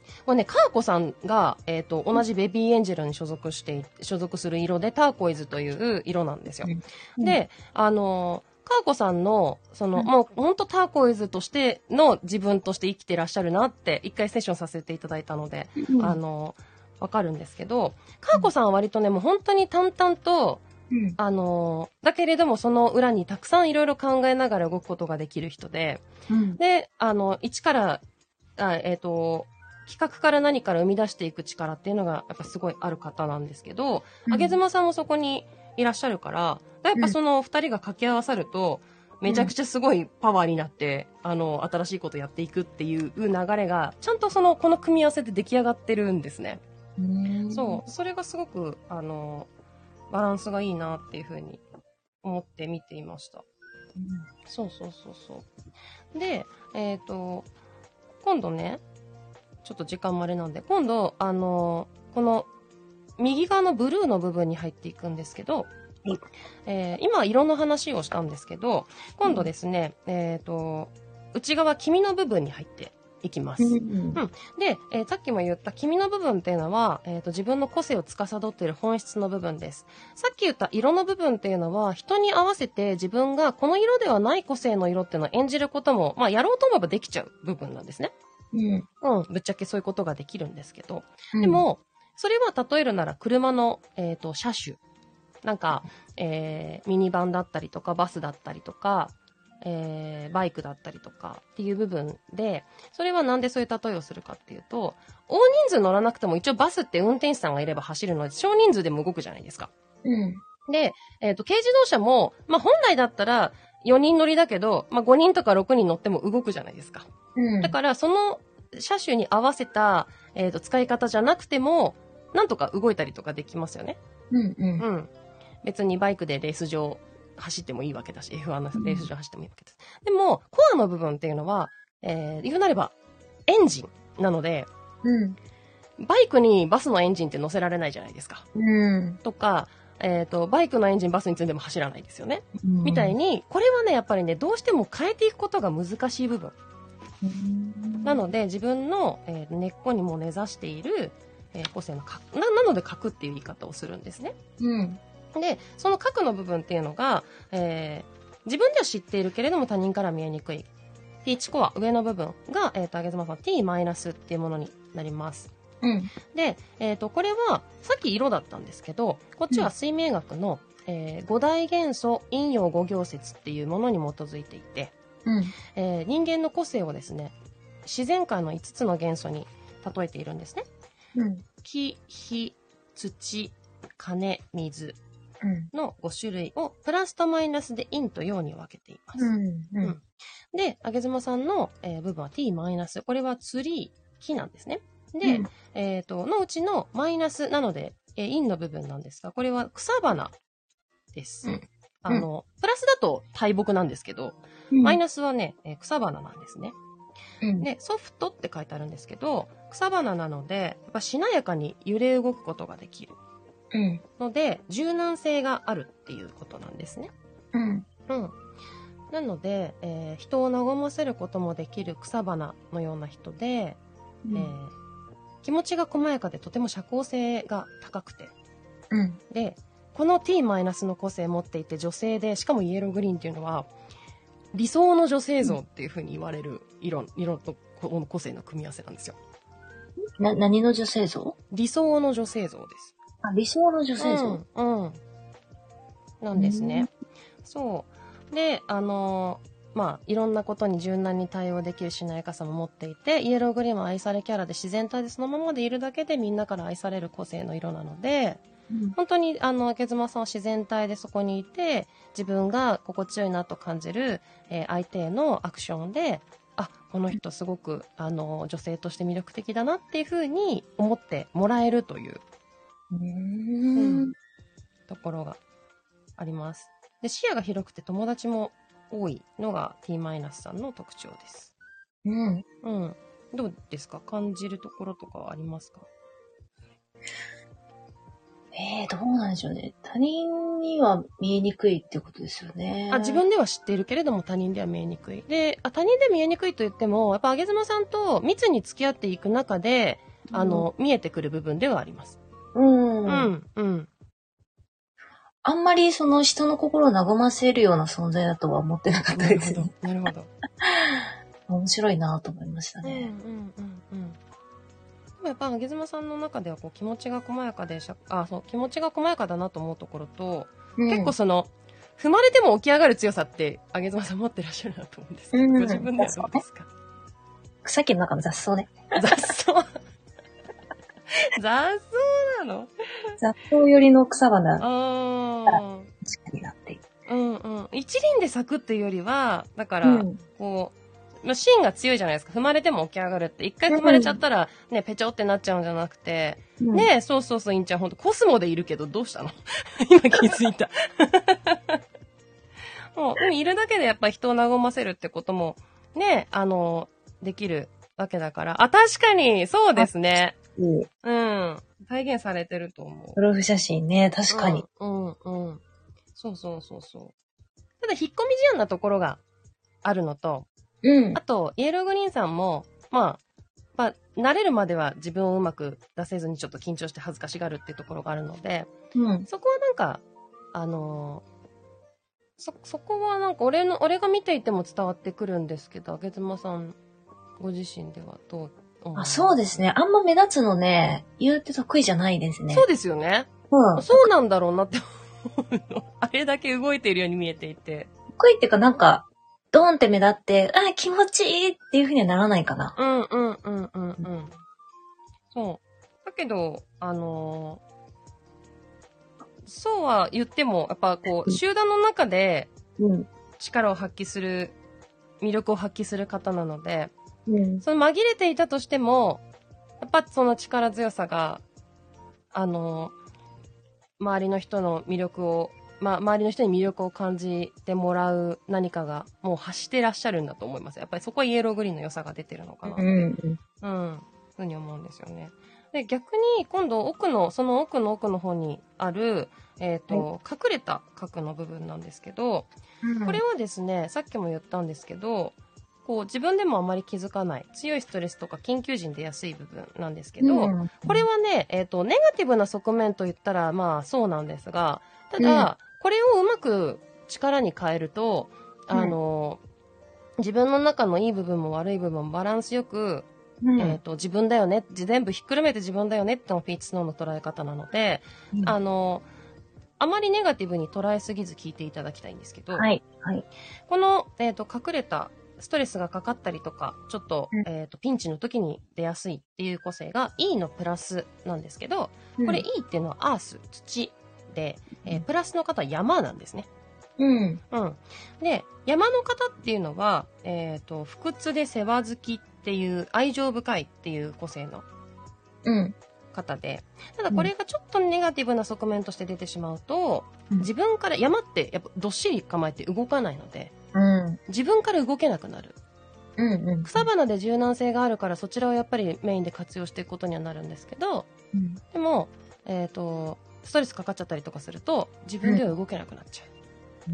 これね、カーコさんが、えっと、同じベビーエンジェルに所属して、所属する色で、ターコイズという色なんですよ。うん、で、あの、カーコさんの、その、うん、もう、ほんとターコイズとしての自分として生きてらっしゃるなって、一回セッションさせていただいたので、うん、あの、わかるんですけど、カーコさんは割とね、もう本当に淡々と、うん、あの、だけれどもその裏にたくさんいろいろ考えながら動くことができる人で、うん、で、あの、一から、あえっと、企画から何から生み出していく力っていうのがやっぱすごいある方なんですけど、うん、あげずまさんもそこにいらっしゃるから、やっぱその二人が掛け合わさると、めちゃくちゃすごいパワーになって、うん、あの、新しいことやっていくっていう流れが、ちゃんとその、この組み合わせで出来上がってるんですね。そう。それがすごく、あの、バランスがいいなっていうふうに思って見ていました。うん、そうそうそうそう。で、えっと、今度ね、ちょっと時間もあれなんで、今度、あの、この、右側のブルーの部分に入っていくんですけど、えー、今、色の話をしたんですけど、今度ですね、うん、えっと、内側、黄身の部分に入っていきます。うんうん、で、えー、さっきも言った黄身の部分っていうのは、えっと、自分の個性を司っている本質の部分です。さっき言った色の部分っていうのは、人に合わせて自分がこの色ではない個性の色っていうのを演じることも、まあ、やろうと思えばできちゃう部分なんですね。うん。うん。ぶっちゃけそういうことができるんですけど。うん、でも、それは例えるなら車の、えっと、車種。なんか、えー、ミニバンだったりとか、バスだったりとか、えー、バイクだったりとかっていう部分で、それはなんでそういう例えをするかっていうと、大人数乗らなくても一応バスって運転手さんがいれば走るので、少人数でも動くじゃないですか。うん。で、えっと、軽自動車も、まあ、本来だったらよにん乗りだけど、まあ、ごにんとかろくにん乗っても動くじゃないですか。うん。だから、その車種に合わせた、えっと、使い方じゃなくても、なんとか動いたりとかできますよね。うんうん。うん。別にバイクでレース場走ってもいいわけだし、エフワン のレース場走ってもいいわけです。うん、でも、コアの部分っていうのは、えー、言うなれば、エンジンなので、うん。バイクにバスのエンジンって乗せられないじゃないですか。うん。とか、えっと、バイクのエンジンバスに積んでも走らないですよね。うん。みたいに、これはね、やっぱりね、どうしても変えていくことが難しい部分。うん、なので、自分の、えー、根っこにも根ざしている、えー、個性の核な、なので核っていう言い方をするんですね。うん。で、その核の部分っていうのが、えー、自分では知っているけれども他人から見えにくい。ティーチコア、上の部分が、えっ、ー、と、あげずまさん ティーマイナス っていうものになります。うん。で、えっ、ー、と、これは、さっき色だったんですけど、こっちは水明学の、うん、えー、五大元素陰陽五行説っていうものに基づいていて、うん。えー、人間の個性をですね、自然界のいつつの元素に例えているんですね。うん。木、火、土、金、水のご種類をプラスとマイナスで陰と陽に分けています。うんうんうん、で、あげずまさんの、えー、部分は T マイナス。これはツリー、木なんですね。で、うん、えっと、のうちのマイナスなので、えー、陰の部分なんですが、これは草花です。うん、あの、プラスだと大木なんですけど、うん、マイナスはね、えー、草花なんですね。うん、で、ソフトって書いてあるんですけど、草花なので、やっぱしなやかに揺れ動くことができる。うん、ので、柔軟性があるっていうことなんですね。うん。うん。なので、えー、人を和ませることもできる草花のような人で、うん、えー、気持ちが細やかでとても社交性が高くて。うん。で、この T マイナスの個性を持っていて女性で、しかもイエローグリーンっていうのは、理想の女性像っていう風に言われる色、色とこの個性の組み合わせなんですよ。 な、何の女性像？ 理想の女性像です。 あ、理想の女性像、 うん、うん。なんですね。そう。で、あのー、まあ、いろんなことに柔軟に対応できるしなやかさも持っていて、イエローグリーンは愛されキャラで自然体でそのままでいるだけでみんなから愛される個性の色なので、うん、本当に、あの、竹妻さんは自然体でそこにいて、自分が心地よいなと感じる、えー、相手へのアクションで、あ、この人すごく、あの、女性として魅力的だなっていうふうに思ってもらえるという、うーん、うん、ところがあります。で、視野が広くて友達も多いのが T マイナスさんの特徴です。うん。うん。どうですか？感じるところとかはありますか？ ええー、どうなんでしょうね。他人には見えにくいってことですよね。 あ、自分では知っているけれども他人では見えにくい。で、あ他人で見えにくいと言っても、やっぱあげずまさんと密に付き合っていく中で、あの、うん、見えてくる部分ではあります。 うん。 うん、うん。 あんまりその人の心を和ませるような存在だとは思ってなかったですね。 なるほど。なるほど。面白いなと思いましたね。 うんうんうんうん。でもやっぱあげずまさんの中ではこう気持ちが細やかでしゃ、あ、そう、気持ちが細やかだなと思うところと、うん、結構その、踏まれても起き上がる強さって、あげずまさん持ってらっしゃるなと思うんですけど、うん、ご自分ではどうですか？ 草木の中の雑草ね。 雑草雑草なの？ 雑草寄りの草花。 ああ。 確かになっている。 うんうん。一輪で咲くっていうよりは、だから、うん、こう、芯が強いじゃないですか。踏まれても起き上がるって。一回踏まれちゃったら、ね、ペチョってなっちゃうんじゃなくて、うん、ね、そうそうそう、インちゃん、ほんとコスモでいるけど、どうしたの？今気づいた。もう、いるだけでやっぱ人を和ませるってことも、ね、あの、できるわけだから。あ、確かに、そうですね。うん。体現されてると思う。 プロフ写真ね、確かに。 うん、うん、うん。そうそうそうそう。ただ、引っ込み思案なところがあるのと、うん。あと、イエローグリーンさんも、まあ、まあ、慣れるまでは自分をうまく出せずにちょっと緊張して恥ずかしがるっていうところがあるので、うん。そこはなんか、あのー、そ、そこはなんか俺の、俺が見ていても伝わってくるんですけど、あげずまさん、ご自身ではどう思う？ あ、そうですね。あんま目立つのね、言うて得意じゃないですね。 そうですよね。うん。そうなんだろうなって思うの。あれだけ動いているように見えていて。 得意っていうかなんか、ドーンって目立って、あ、気持ちいいっていう風にはならないかな。 うんうんうんうんうん。そう。だけど、あのー、そうは言っても、やっぱこう、集団の中で、力を発揮する、魅力を発揮する方なので、うん、その紛れていたとしても、やっぱその力強さが、あのー、周りの人の魅力を、まあ、周りの人に魅力を感じてもらう何かがもう発してらっしゃるんだと思います。やっぱりそこはイエローグリーンの良さが出てるのかなって、うん、うん、ふうに思うんですよね。で、逆に今度奥の、その奥の奥の方にある、えっと、隠れた核の部分なんですけど、うん、これはですね、さっきも言ったんですけど、こう自分でもあまり気づかない強いストレスとか緊急時に出やすい部分なんですけど、うん、これはね、えっと、ネガティブな側面と言ったらまあそうなんですが、ただ、うん、これをうまく力に変えると、あの、うん、自分の中のいい部分も悪い部分もバランスよく、うん、えっと、自分だよね、全部ひっくるめて自分だよねってのがピーチスノーの捉え方なので、うん、あの、あまりネガティブに捉えすぎず聞いていただきたいんですけど、 はい、はい。 この、えっと、隠れたストレスがかかったりとか、ちょっと、うん、えっと、ピンチの時に出やすいっていう個性が E のプラスなんですけど、これ E っていうのはアース、土で、えー、プラスの方は山なんですね。うん。うん。で、山の方っていうのは、えっと、不屈で世話好きっていう愛情深いっていう個性の方で、ただこれがちょっとネガティブな側面として出てしまうと、うん、自分から、山ってやっぱどっしり構えて動かないので、うん、自分から動けなくなる。うんうん、草花で柔軟性があるからそちらをやっぱりメインで活用していくことにはなるんですけど、うん、でも、えっと、ストレスかかっちゃったりとかすると自分では動けなくなっちゃう。うん、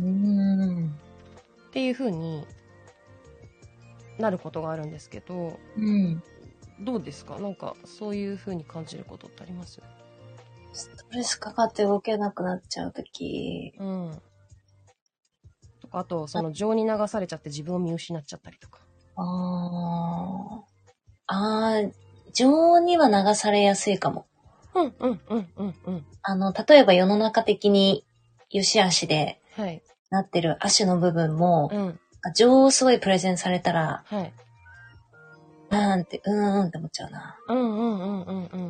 っていう風になることがあるんですけど、うん、どうですか？なんかそういう風に感じることってあります？ ストレスかかって動けなくなっちゃうとき。うん。 とか、あと、その情に流されちゃって自分を見失っちゃったりとか。 ああ。ああ、情には流されやすいかも。 うんうんうんうんうん。 あの、例えば世の中的に良し悪しでなってる足の部分も、はい、うん、情をすごいプレゼンされたら、はい、なんて、うーんって思っちゃうな。 うんうんうんうんうん。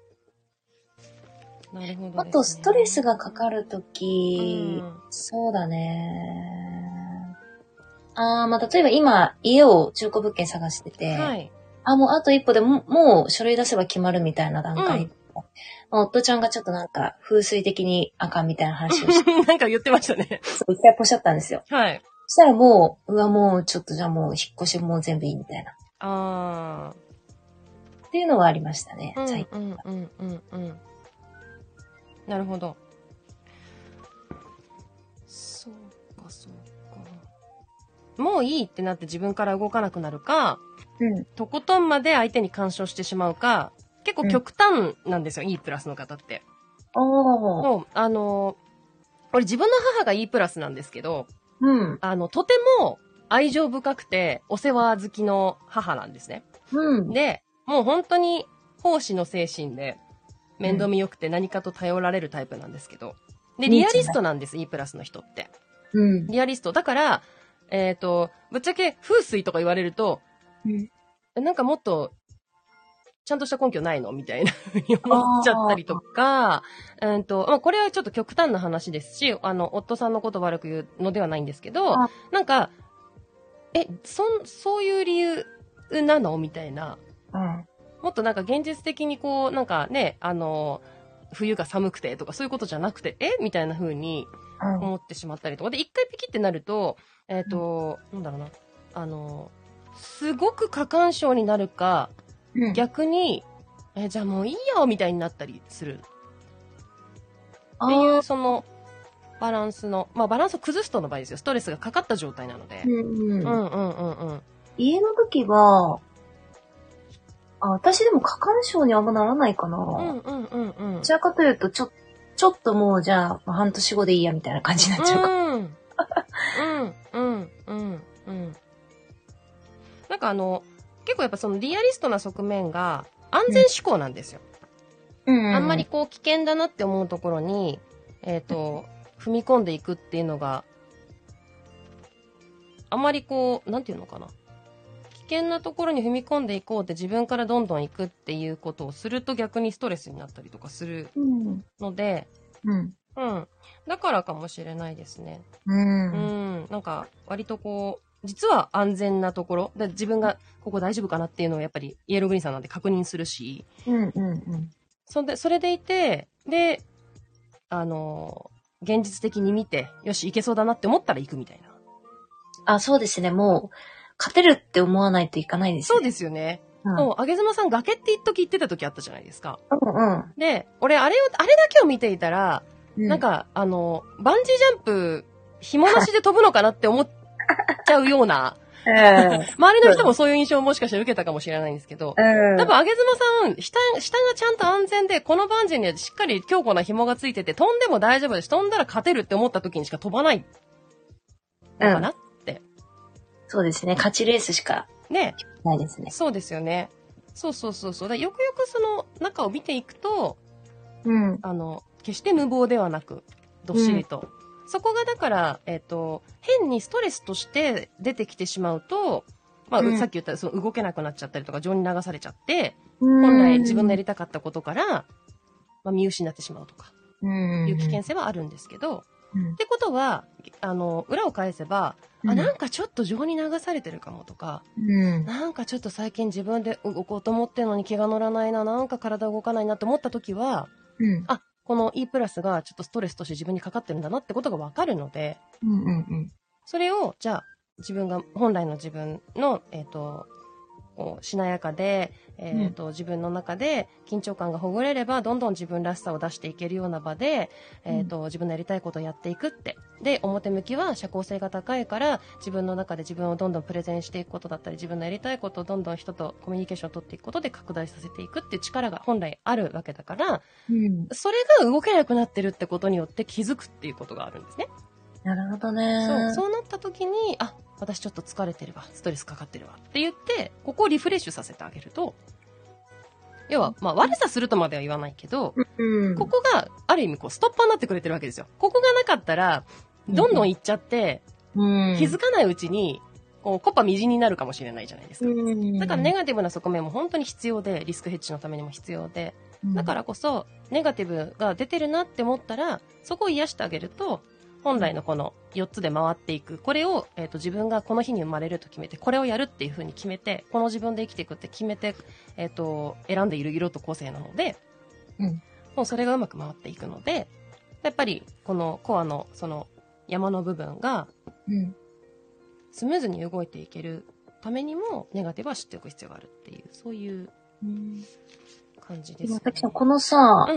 なるほどですね。 あと、ストレスがかかるとき、うん、そうだね。あー、まあ、例えば今、家を中古物件探してて、はい、あ、もうあと一歩でも、もう書類出せば決まるみたいな段階、うん、夫ちゃんがちょっとなんか、風水的にあかんみたいな話をして。 なんか言ってましたね。 そう、一回ポシャったんですよ。はい。そしたらもう、うわ、もうちょっとじゃあもう引っ越しもう全部いいみたいな。あー。っていうのはありましたね、 最近。うんうんうんうん。 なるほど。そうか、そうか。もういいってなって自分から動かなくなるか、うん、とことんまで相手に干渉してしまうか、結構極端なんですよ、うん、E プラスの方って。もう、あの、俺自分の母が E プラスなんですけど、うん、あの、とても愛情深くてお世話好きの母なんですね。うん、で、もう本当に奉仕の精神で面倒見良くて何かと頼られるタイプなんですけど。で、リアリストなんです、E プラスの人って。うん、リアリスト。だから、えっと、ぶっちゃけ風水とか言われると、うん、なんかもっと、ちゃんとした根拠ないのみたいなふうに思っちゃったりとか、うんと、まあ、これはちょっと極端な話ですし、あの、夫さんのこと悪く言うのではないんですけど、なんか、え、そ、そういう理由なのみたいな、うん。もっとなんか現実的にこう、なんかね、あの、冬が寒くてとかそういうことじゃなくて、えみたいな風に思ってしまったりとか。で、一回ピキってなると、えっと、うん、なんだろうな、あの、すごく過干渉になるか、うん、逆に、え、じゃあもういいよみたいになったりする。っていう、その、バランスの、まあバランスを崩すとの場合ですよ。ストレスがかかった状態なので。うんうん。うんうんうんうん。 家の時は、あ、私でも過干渉にあんまならないかな。 うんうんうんうん。 どちらかというと、ちょ、ちょっともうじゃあ、半年後でいいやみたいな感じになっちゃうか。うん。 うんうんうんうん。なんかあの、結構やっぱそのリアリストな側面が安全志向なんですよ。うんうんうん、あんまりこう危険だなって思うところに、えっと、踏み込んでいくっていうのが、あんまりこう、なんていうのかな。危険なところに踏み込んでいこうって自分からどんどん行くっていうことをすると逆にストレスになったりとかするので、うん。うん。だからかもしれないですね。うん。うん。なんか、割とこう、実は安全なところ、で自分がここ大丈夫かなっていうのをやっぱりイエローグリーンさんなんで確認するし、うんうんうん。そんで、それでいて、で、あの、現実的に見て、よし、いけそうだなって思ったら行くみたいな。 あ、そうですね。もう、勝てるって思わないといかないですね。そうですよね。うん、もう、あげずまさん崖って一時言ってた時あったじゃないですか。うんうん。で、俺、あれを、あれだけを見ていたら、うん、なんか、あの、バンジージャンプ、紐なしで飛ぶのかなって思っちゃうような、えー、周りの人もそういう印象をもしかしたら受けたかもしれないんですけど、えー、多分、あげずまさん、下、下がちゃんと安全で、このバンジーにはしっかり強固な紐がついてて、飛んでも大丈夫です。飛んだら勝てるって思った時にしか飛ばないのかな、うん、って。 そうですね。勝ちレースしか。ね。ないですね。 そうですよね。そうそうそうそう。だよくよくその中を見ていくと、うん。あの、決して無謀ではなく、どっしりと。うん、そこがだから、えっと、変にストレスとして出てきてしまうと、まあ、うん、さっき言ったその動けなくなっちゃったりとか、情に流されちゃって、うん、本来自分のやりたかったことから、まあ、見失ってしまうとか、いう危険性はあるんですけど、うん、ってことは、あの、裏を返せば、うん、あ、なんかちょっと情に流されてるかもとか、うん、なんかちょっと最近自分で動こうと思ってるのに気が乗らないな、なんか体動かないなって思った時は、うん、あ、この E プラスがちょっとストレスとして自分にかかってるんだなってことがわかるので、うんうんうん、それを、じゃあ、自分が、本来の自分の、えっと、しなやかで、えーとうん、自分の中で緊張感がほぐれればどんどん自分らしさを出していけるような場で、えーと、自分のやりたいことをやっていくってで表向きは社交性が高いから自分の中で自分をどんどんプレゼンしていくことだったり自分のやりたいことをどんどん人とコミュニケーションを取っていくことで拡大させていくっていう力が本来あるわけだから、うん、それが動けなくなってるってことによって気づくっていうことがあるんですね。 なるほどね。 そう、そうなった時に、あ、私ちょっと疲れてるわ、ストレスかかってるわって言って、ここをリフレッシュさせてあげると、要は、まあ悪さするとまでは言わないけど、うん、ここがある意味こうストッパーになってくれてるわけですよ。ここがなかったら、どんどん行っちゃって、うん、気づかないうちに、こう、コッパみじんになるかもしれないじゃないですか。うん、だからネガティブな側面も本当に必要で、リスクヘッジのためにも必要で、だからこそ、ネガティブが出てるなって思ったら、そこを癒してあげると、本来のこのよっつで回っていく。これを、えっと、自分がこの日に生まれると決めて、これをやるっていう風に決めて、この自分で生きていくって決めて、えっと、選んでいる色と個性なので、うん。もうそれがうまく回っていくので、やっぱり、このコアの、その、山の部分が、うん。スムーズに動いていけるためにも、ネガティブは知っておく必要があるっていう、そういう感じですね。 このさ、うん。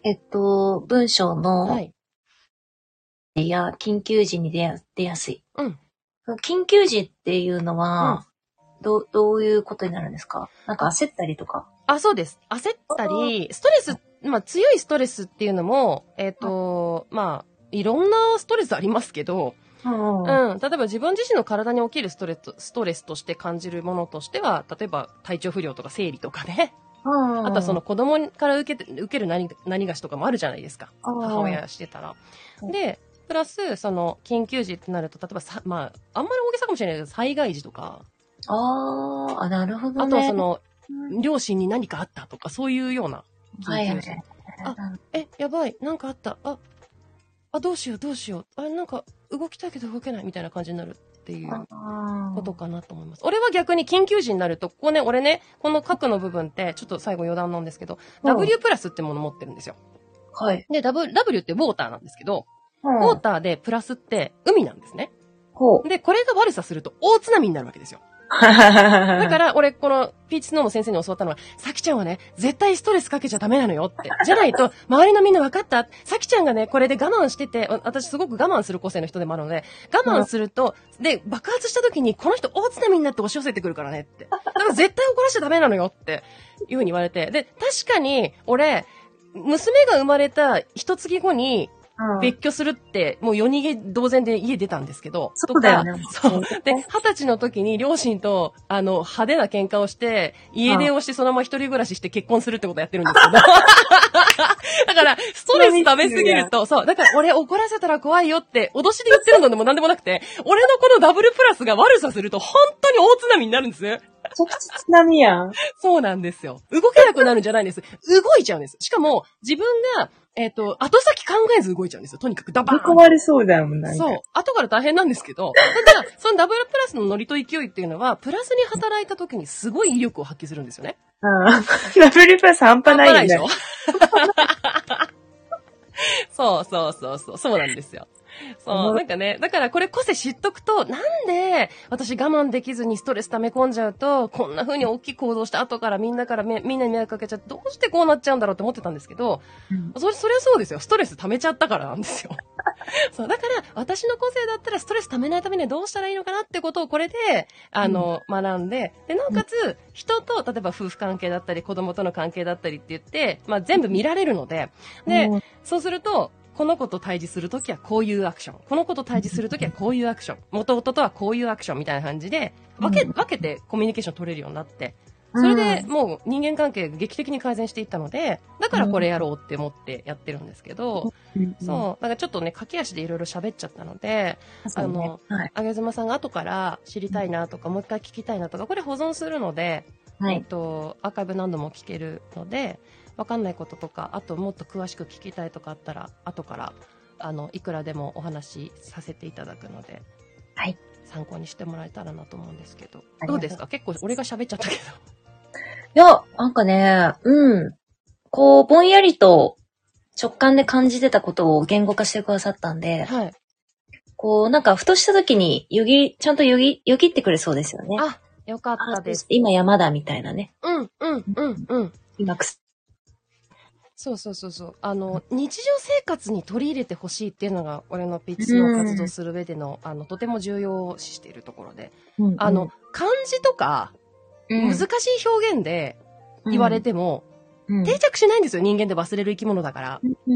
えっと、文章の、はい。いや、緊急時に出や、出やすい。うん。緊急時っていうのは、うん、ど、どういうことになるんですか？なんか焦ったりとか。 あ、そうです。焦ったり、ストレス、まあ強いストレスっていうのも、えっと、まあ、いろんなストレスありますけど、うん、うん。例えば自分自身の体に起きるストレス、ストレスとして感じるものとしては、例えば体調不良とか生理とかね。あとはその子供から受けて、受ける何、何がしとかもあるじゃないですか。母親してたら。で、プラス、その、緊急時ってなると、例えばさ、まあ、あんまり大げさかもしれないけど、災害時とか。 ああ、なるほどね。 あとはその、両親に何かあったとか、そういうような緊急時。はいはい、あ、え、やばい、なんかあった。あ、あ、どうしよう、どうしよう。あ、なんか、動きたいけど動けないみたいな感じになるっていうことかなと思います。俺は逆に緊急時になると、ここね、俺ね、この核の部分って、ちょっと最後余談なんですけど、うん、W プラスってもの持ってるんですよ。はい。で、W、W ってウォーターなんですけど、うん、ウォーターでプラスって海なんですね。ほう。で、これが悪さすると大津波になるわけですよ。だから、俺、この、ピーチスノーの先生に教わったのは、さきちゃんはね、絶対ストレスかけちゃダメなのよって。じゃないと、周りのみんな分かった？さきちゃんがね、これで我慢してて、私すごく我慢する個性の人でもあるので、我慢すると、うん、で、爆発した時に、この人大津波になって押し寄せてくるからねって。だから絶対怒らしちゃダメなのよって、いうふうに言われて。で、確かに、俺、娘が生まれた一月後に、別居するって、もう夜逃げ同然で家出たんですけど。 そうだよね。 そう。で、二十歳の時に両親と、あの、派手な喧嘩をして、家出をしてそのまま一人暮らしして結婚するってことやってるんですけど。だから、ストレス溜めすぎると、そう。だから、俺怒らせたら怖いよって、脅しで言ってるのでも何でもなくて、俺のこのダブルプラスが悪さすると、本当に大津波になるんです。 直接津波やん。 そうなんですよ。動けなくなるんじゃないんです。動いちゃうんです。しかも、自分が、えっと、後先考えず動いちゃうんですよ。とにかくダバーン。 追い込まれそうだもんね。 そう。後から大変なんですけど、ただ、そのダブルプラスのノリと勢いっていうのは、プラスに働いた時にすごい威力を発揮するんですよね。 うん。ダブルプラス半端ないよね。半端ないでしょそうそうそうそう。そうなんですよ。そう。なんかね、だからこれ個性知っとくと、なんで私我慢できずにストレス溜め込んじゃうと、こんな風に大きい行動した後からみんなからみんなに迷惑かけちゃって、どうしてこうなっちゃうんだろうって思ってたんですけど、うん、それ、それはそうですよ。ストレス溜めちゃったからなんですよ。そう。だから、私の個性だったらストレス溜めないためにはどうしたらいいのかなってことをこれで、あの、うん、学んで、で、なおかつ、人と、例えば夫婦関係だったり、子供との関係だったりって言って、まあ全部見られるので、で、うん、そうすると、この子と対峙するときはこういうアクション。この子と対峙するときはこういうアクション。元々とはこういうアクションみたいな感じで、分け、分けてコミュニケーション取れるようになって、それでもう人間関係が劇的に改善していったので、だからこれやろうって思ってやってるんですけど、そう、なんかちょっとね、駆け足でいろいろ喋っちゃったので、あの、あげずまさんが後から知りたいなとか、もう一回聞きたいなとか、これ保存するので、えっと、アーカイブ何度も聞けるので、わかんないこととか、あともっと詳しく聞きたいとかあったら、後から、あの、いくらでもお話しさせていただくので、はい。参考にしてもらえたらなと思うんですけど。どうですか？結構俺が喋っちゃったけど。 いや、なんかね、うん。こう、ぼんやりと直感で感じてたことを言語化してくださったんで、はい。こう、なんか、ふとした時に、よぎ、ちゃんとよぎ、よぎってくれそうですよね。 あ、よかったです。 今山だみたいなね。 うん、うん、うん、うん。 今くす。 そうそうそうそう。あの、日常生活に取り入れてほしいっていうのが、俺のピッチの活動する上での、あの、とても重要視しているところで。うんうん、あの、漢字とか、難しい表現で言われても、うん、定着しないんですよ。人間で忘れる生き物だから。うん、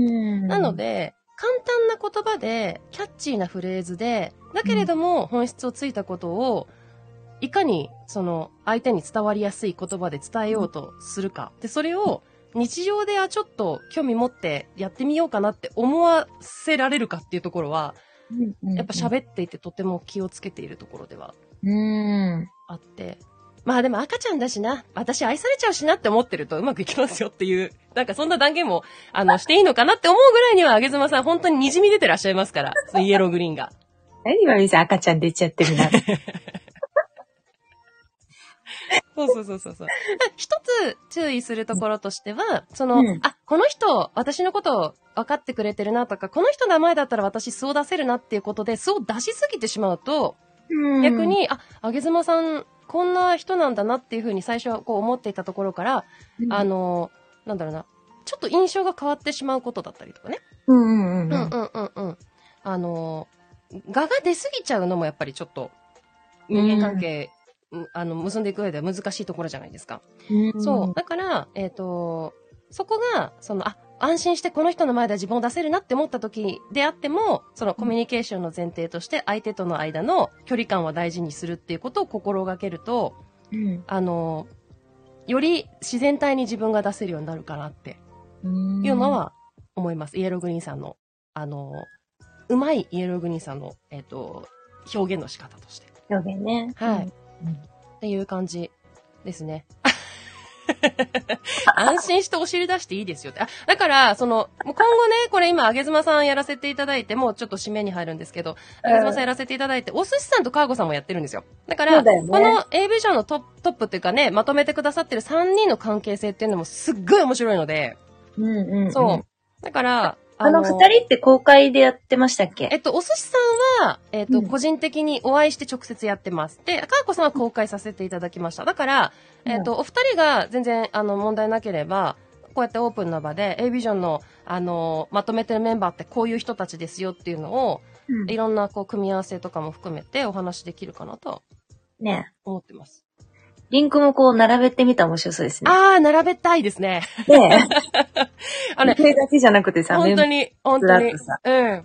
なので、簡単な言葉で、キャッチーなフレーズで、だけれども本質をついたことを、いかに、その、相手に伝わりやすい言葉で伝えようとするか。で、それを、日常ではちょっと興味持ってやってみようかなって思わせられるかっていうところは、やっぱ喋っていてとても気をつけているところではあって。まあでも赤ちゃんだしな、私愛されちゃうしなって思ってるとうまくいきますよっていう、なんかそんな断言も、あの、していいのかなって思うぐらいには、あげずまさん本当に滲み出てらっしゃいますから、そのイエローグリーンが。 何は別に赤ちゃん出ちゃってるな。 そうそうそうそうそう。一つ注意するところとしては、その、うん、あ、この人、私のこと分かってくれてるなとか、この人の名前だったら私素を出せるなっていうことで、素を出しすぎてしまうと、うん、逆に、あ、あげずまさん、こんな人なんだなっていうふうに最初はこう思っていたところから、うん、あの、なんだろうな、 ちょっと印象が変わってしまうことだったりとかね。 うんうんうん。 うんうんうんうん。あの、我が出すぎちゃうのもやっぱりちょっと、人間関係、うん、あの、結んでいく上では難しいところじゃないですか。うん、そう。だから、えっと、そこが、その、あ、安心してこの人の前で自分を出せるなって思った時であっても、そのコミュニケーションの前提として相手との間の距離感は大事にするっていうことを心がけると、うん、あの、より自然体に自分が出せるようになるかなっていうのは思います。イエローグリーンさんの、あの、うまいイエローグリーンさんの、えっと、表現の仕方として。 表現ね。 はい。うん、っていう感じですね。安心してお尻出していいですよって。あ、だから、その、今後ね、これ今、あげずまさんやらせていただいて、もうちょっと締めに入るんですけど、あげずまさんやらせていただいて、お寿司さんと川子さんもやってるんですよ。だから、ね、この A ビジョンのトップ、トップっていうかね、まとめてくださってるさんにんの関係性っていうのもすっごい面白いので、 うんうんうん、 そう。だから、 あの二人って公開でやってましたっけ？ えっと、お寿司さんは、えっと、うん、個人的にお会いして直接やってます。で、かーこさんは公開させていただきました。だから、えっと、お二人が全然、あの、問題なければ、こうやってオープンな場で、A ビジョンの、あの、まとめてるメンバーってこういう人たちですよっていうのを、うん、いろんな、こう、組み合わせとかも含めてお話できるかなと、ね。思ってます。 リンクもこう並べてみたら面白そうですね。 ああ、並べたいですね。 ねえ。あの、これだけじゃなくてさ、 本当に、本当に。うん。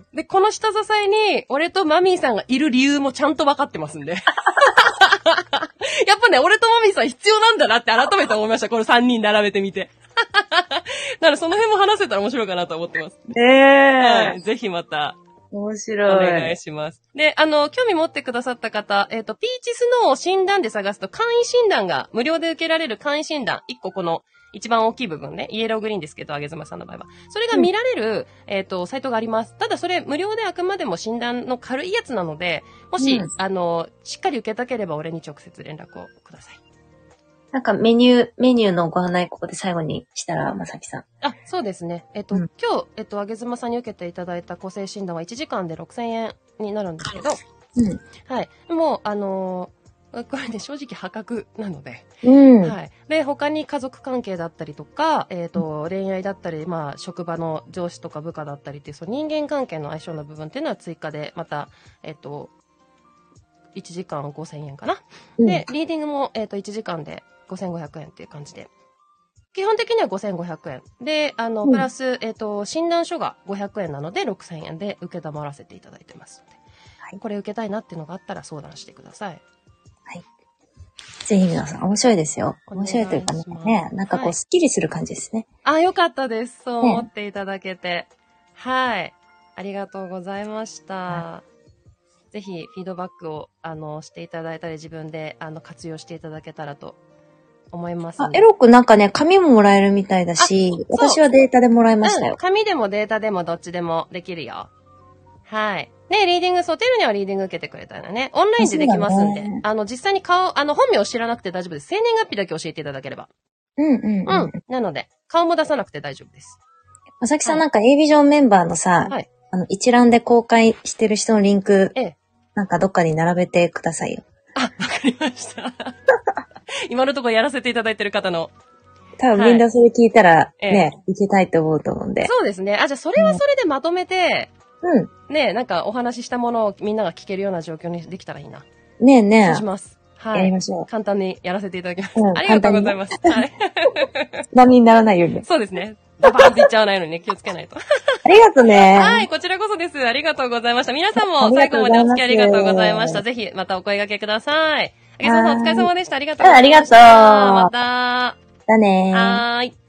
で、この下支えに、俺とマミーさんがいる理由もちゃんと分かってますんで。やっぱね、俺とマミーさん必要なんだなって改めて思いました。このさんにん並べてみて。なので、その辺も話せたら面白いかなと思ってます。 ええー。 はい。ぜひまた。 面白い。 お願いします。で、あの、興味持ってくださった方、えっと、ピーチスノーを診断で探すと、簡易診断が、無料で受けられる簡易診断、いっここの、一番大きい部分ね、イエローグリーンですけど、あげずまさんの場合は。それが見られる、うん、えっと、サイトがあります。ただそれ、無料であくまでも診断の軽いやつなので、もし、うん、あの、しっかり受けたければ、俺に直接連絡をください。 なんかメニュー、メニューのご案内ここで最後にしたら、まさきさん。 あ、そうですね。えっと、うん、今日、えっと、あげずまさんに受けていただいた個性診断はいちじかんでろくせんえんになるんですけど、うん。はい。もう、あのー、これね、正直破格なので、うん。はい。で、他に家族関係だったりとか、えっと、恋愛だったり、まあ、職場の上司とか部下だったりっていう、その人間関係の相性の部分っていうのは追加で、また、えっと、いちじかんごせんえんかな。うん、で、リーディングも、えっと、いちじかんでごせんごひゃくえんっていう感じで。基本的にはごせんごひゃくえん。で、あの、プラス、うん、えっと、診断書がごひゃくえんなのでろくせんえんで受けたまらせていただいてますので。はい。これ受けたいなっていうのがあったら相談してください。 はい。ぜひ皆さん、面白いですよ。面白いというかね、なんかこう、はい、スッキリする感じですね。 あ、よかったです。そう思っていただけて。ね、はい。ありがとうございました。はい、ぜひ、フィードバックを、あの、していただいたり、自分で、あの、活用していただけたらと思います、ね。 あ、エロくなんかね、紙ももらえるみたいだし、私はデータでもらいましたよ、 うん。紙でもデータでもどっちでもできるよ。はい。ね、リーディング、ソテルにはリーディング受けてくれたらね、オンラインでできますんで、ね、あの、実際に顔、あの、本名を知らなくて大丈夫です。生年月日だけ教えていただければ。 うんうんうん。 うん。なので、顔も出さなくて大丈夫です。 まさきさん、はい、なんか A ビジョンメンバーのさ、はい、あの、一覧で公開してる人のリンク、ええ、なんかどっかに並べてくださいよ。 あ、わかりました。今のところやらせていただいてる方の。 多分みんなそれ聞いたらね、はい、いけたいと思うと思うんで。 そうですね。あ、じゃあそれはそれでまとめて、うん。ね、なんかお話ししたものをみんなが聞けるような状況にできたらいいな。 ねえねえ。 そうします。はい。 やりましょう。 簡単にやらせていただきます。うん、ありがとうございます。はい。 波にならないように。 そうですね。ダバーンっていっちゃわないのにね、気をつけないと。 ありがとうね。 はい、こちらこそです。ありがとうございました。皆さんも最後までお付き合いありがとうございました。ぜひまたお声掛けください。あげさんお疲れ様でした。ありがとうございました。 ありがとう。 また。 だねー。 はーい。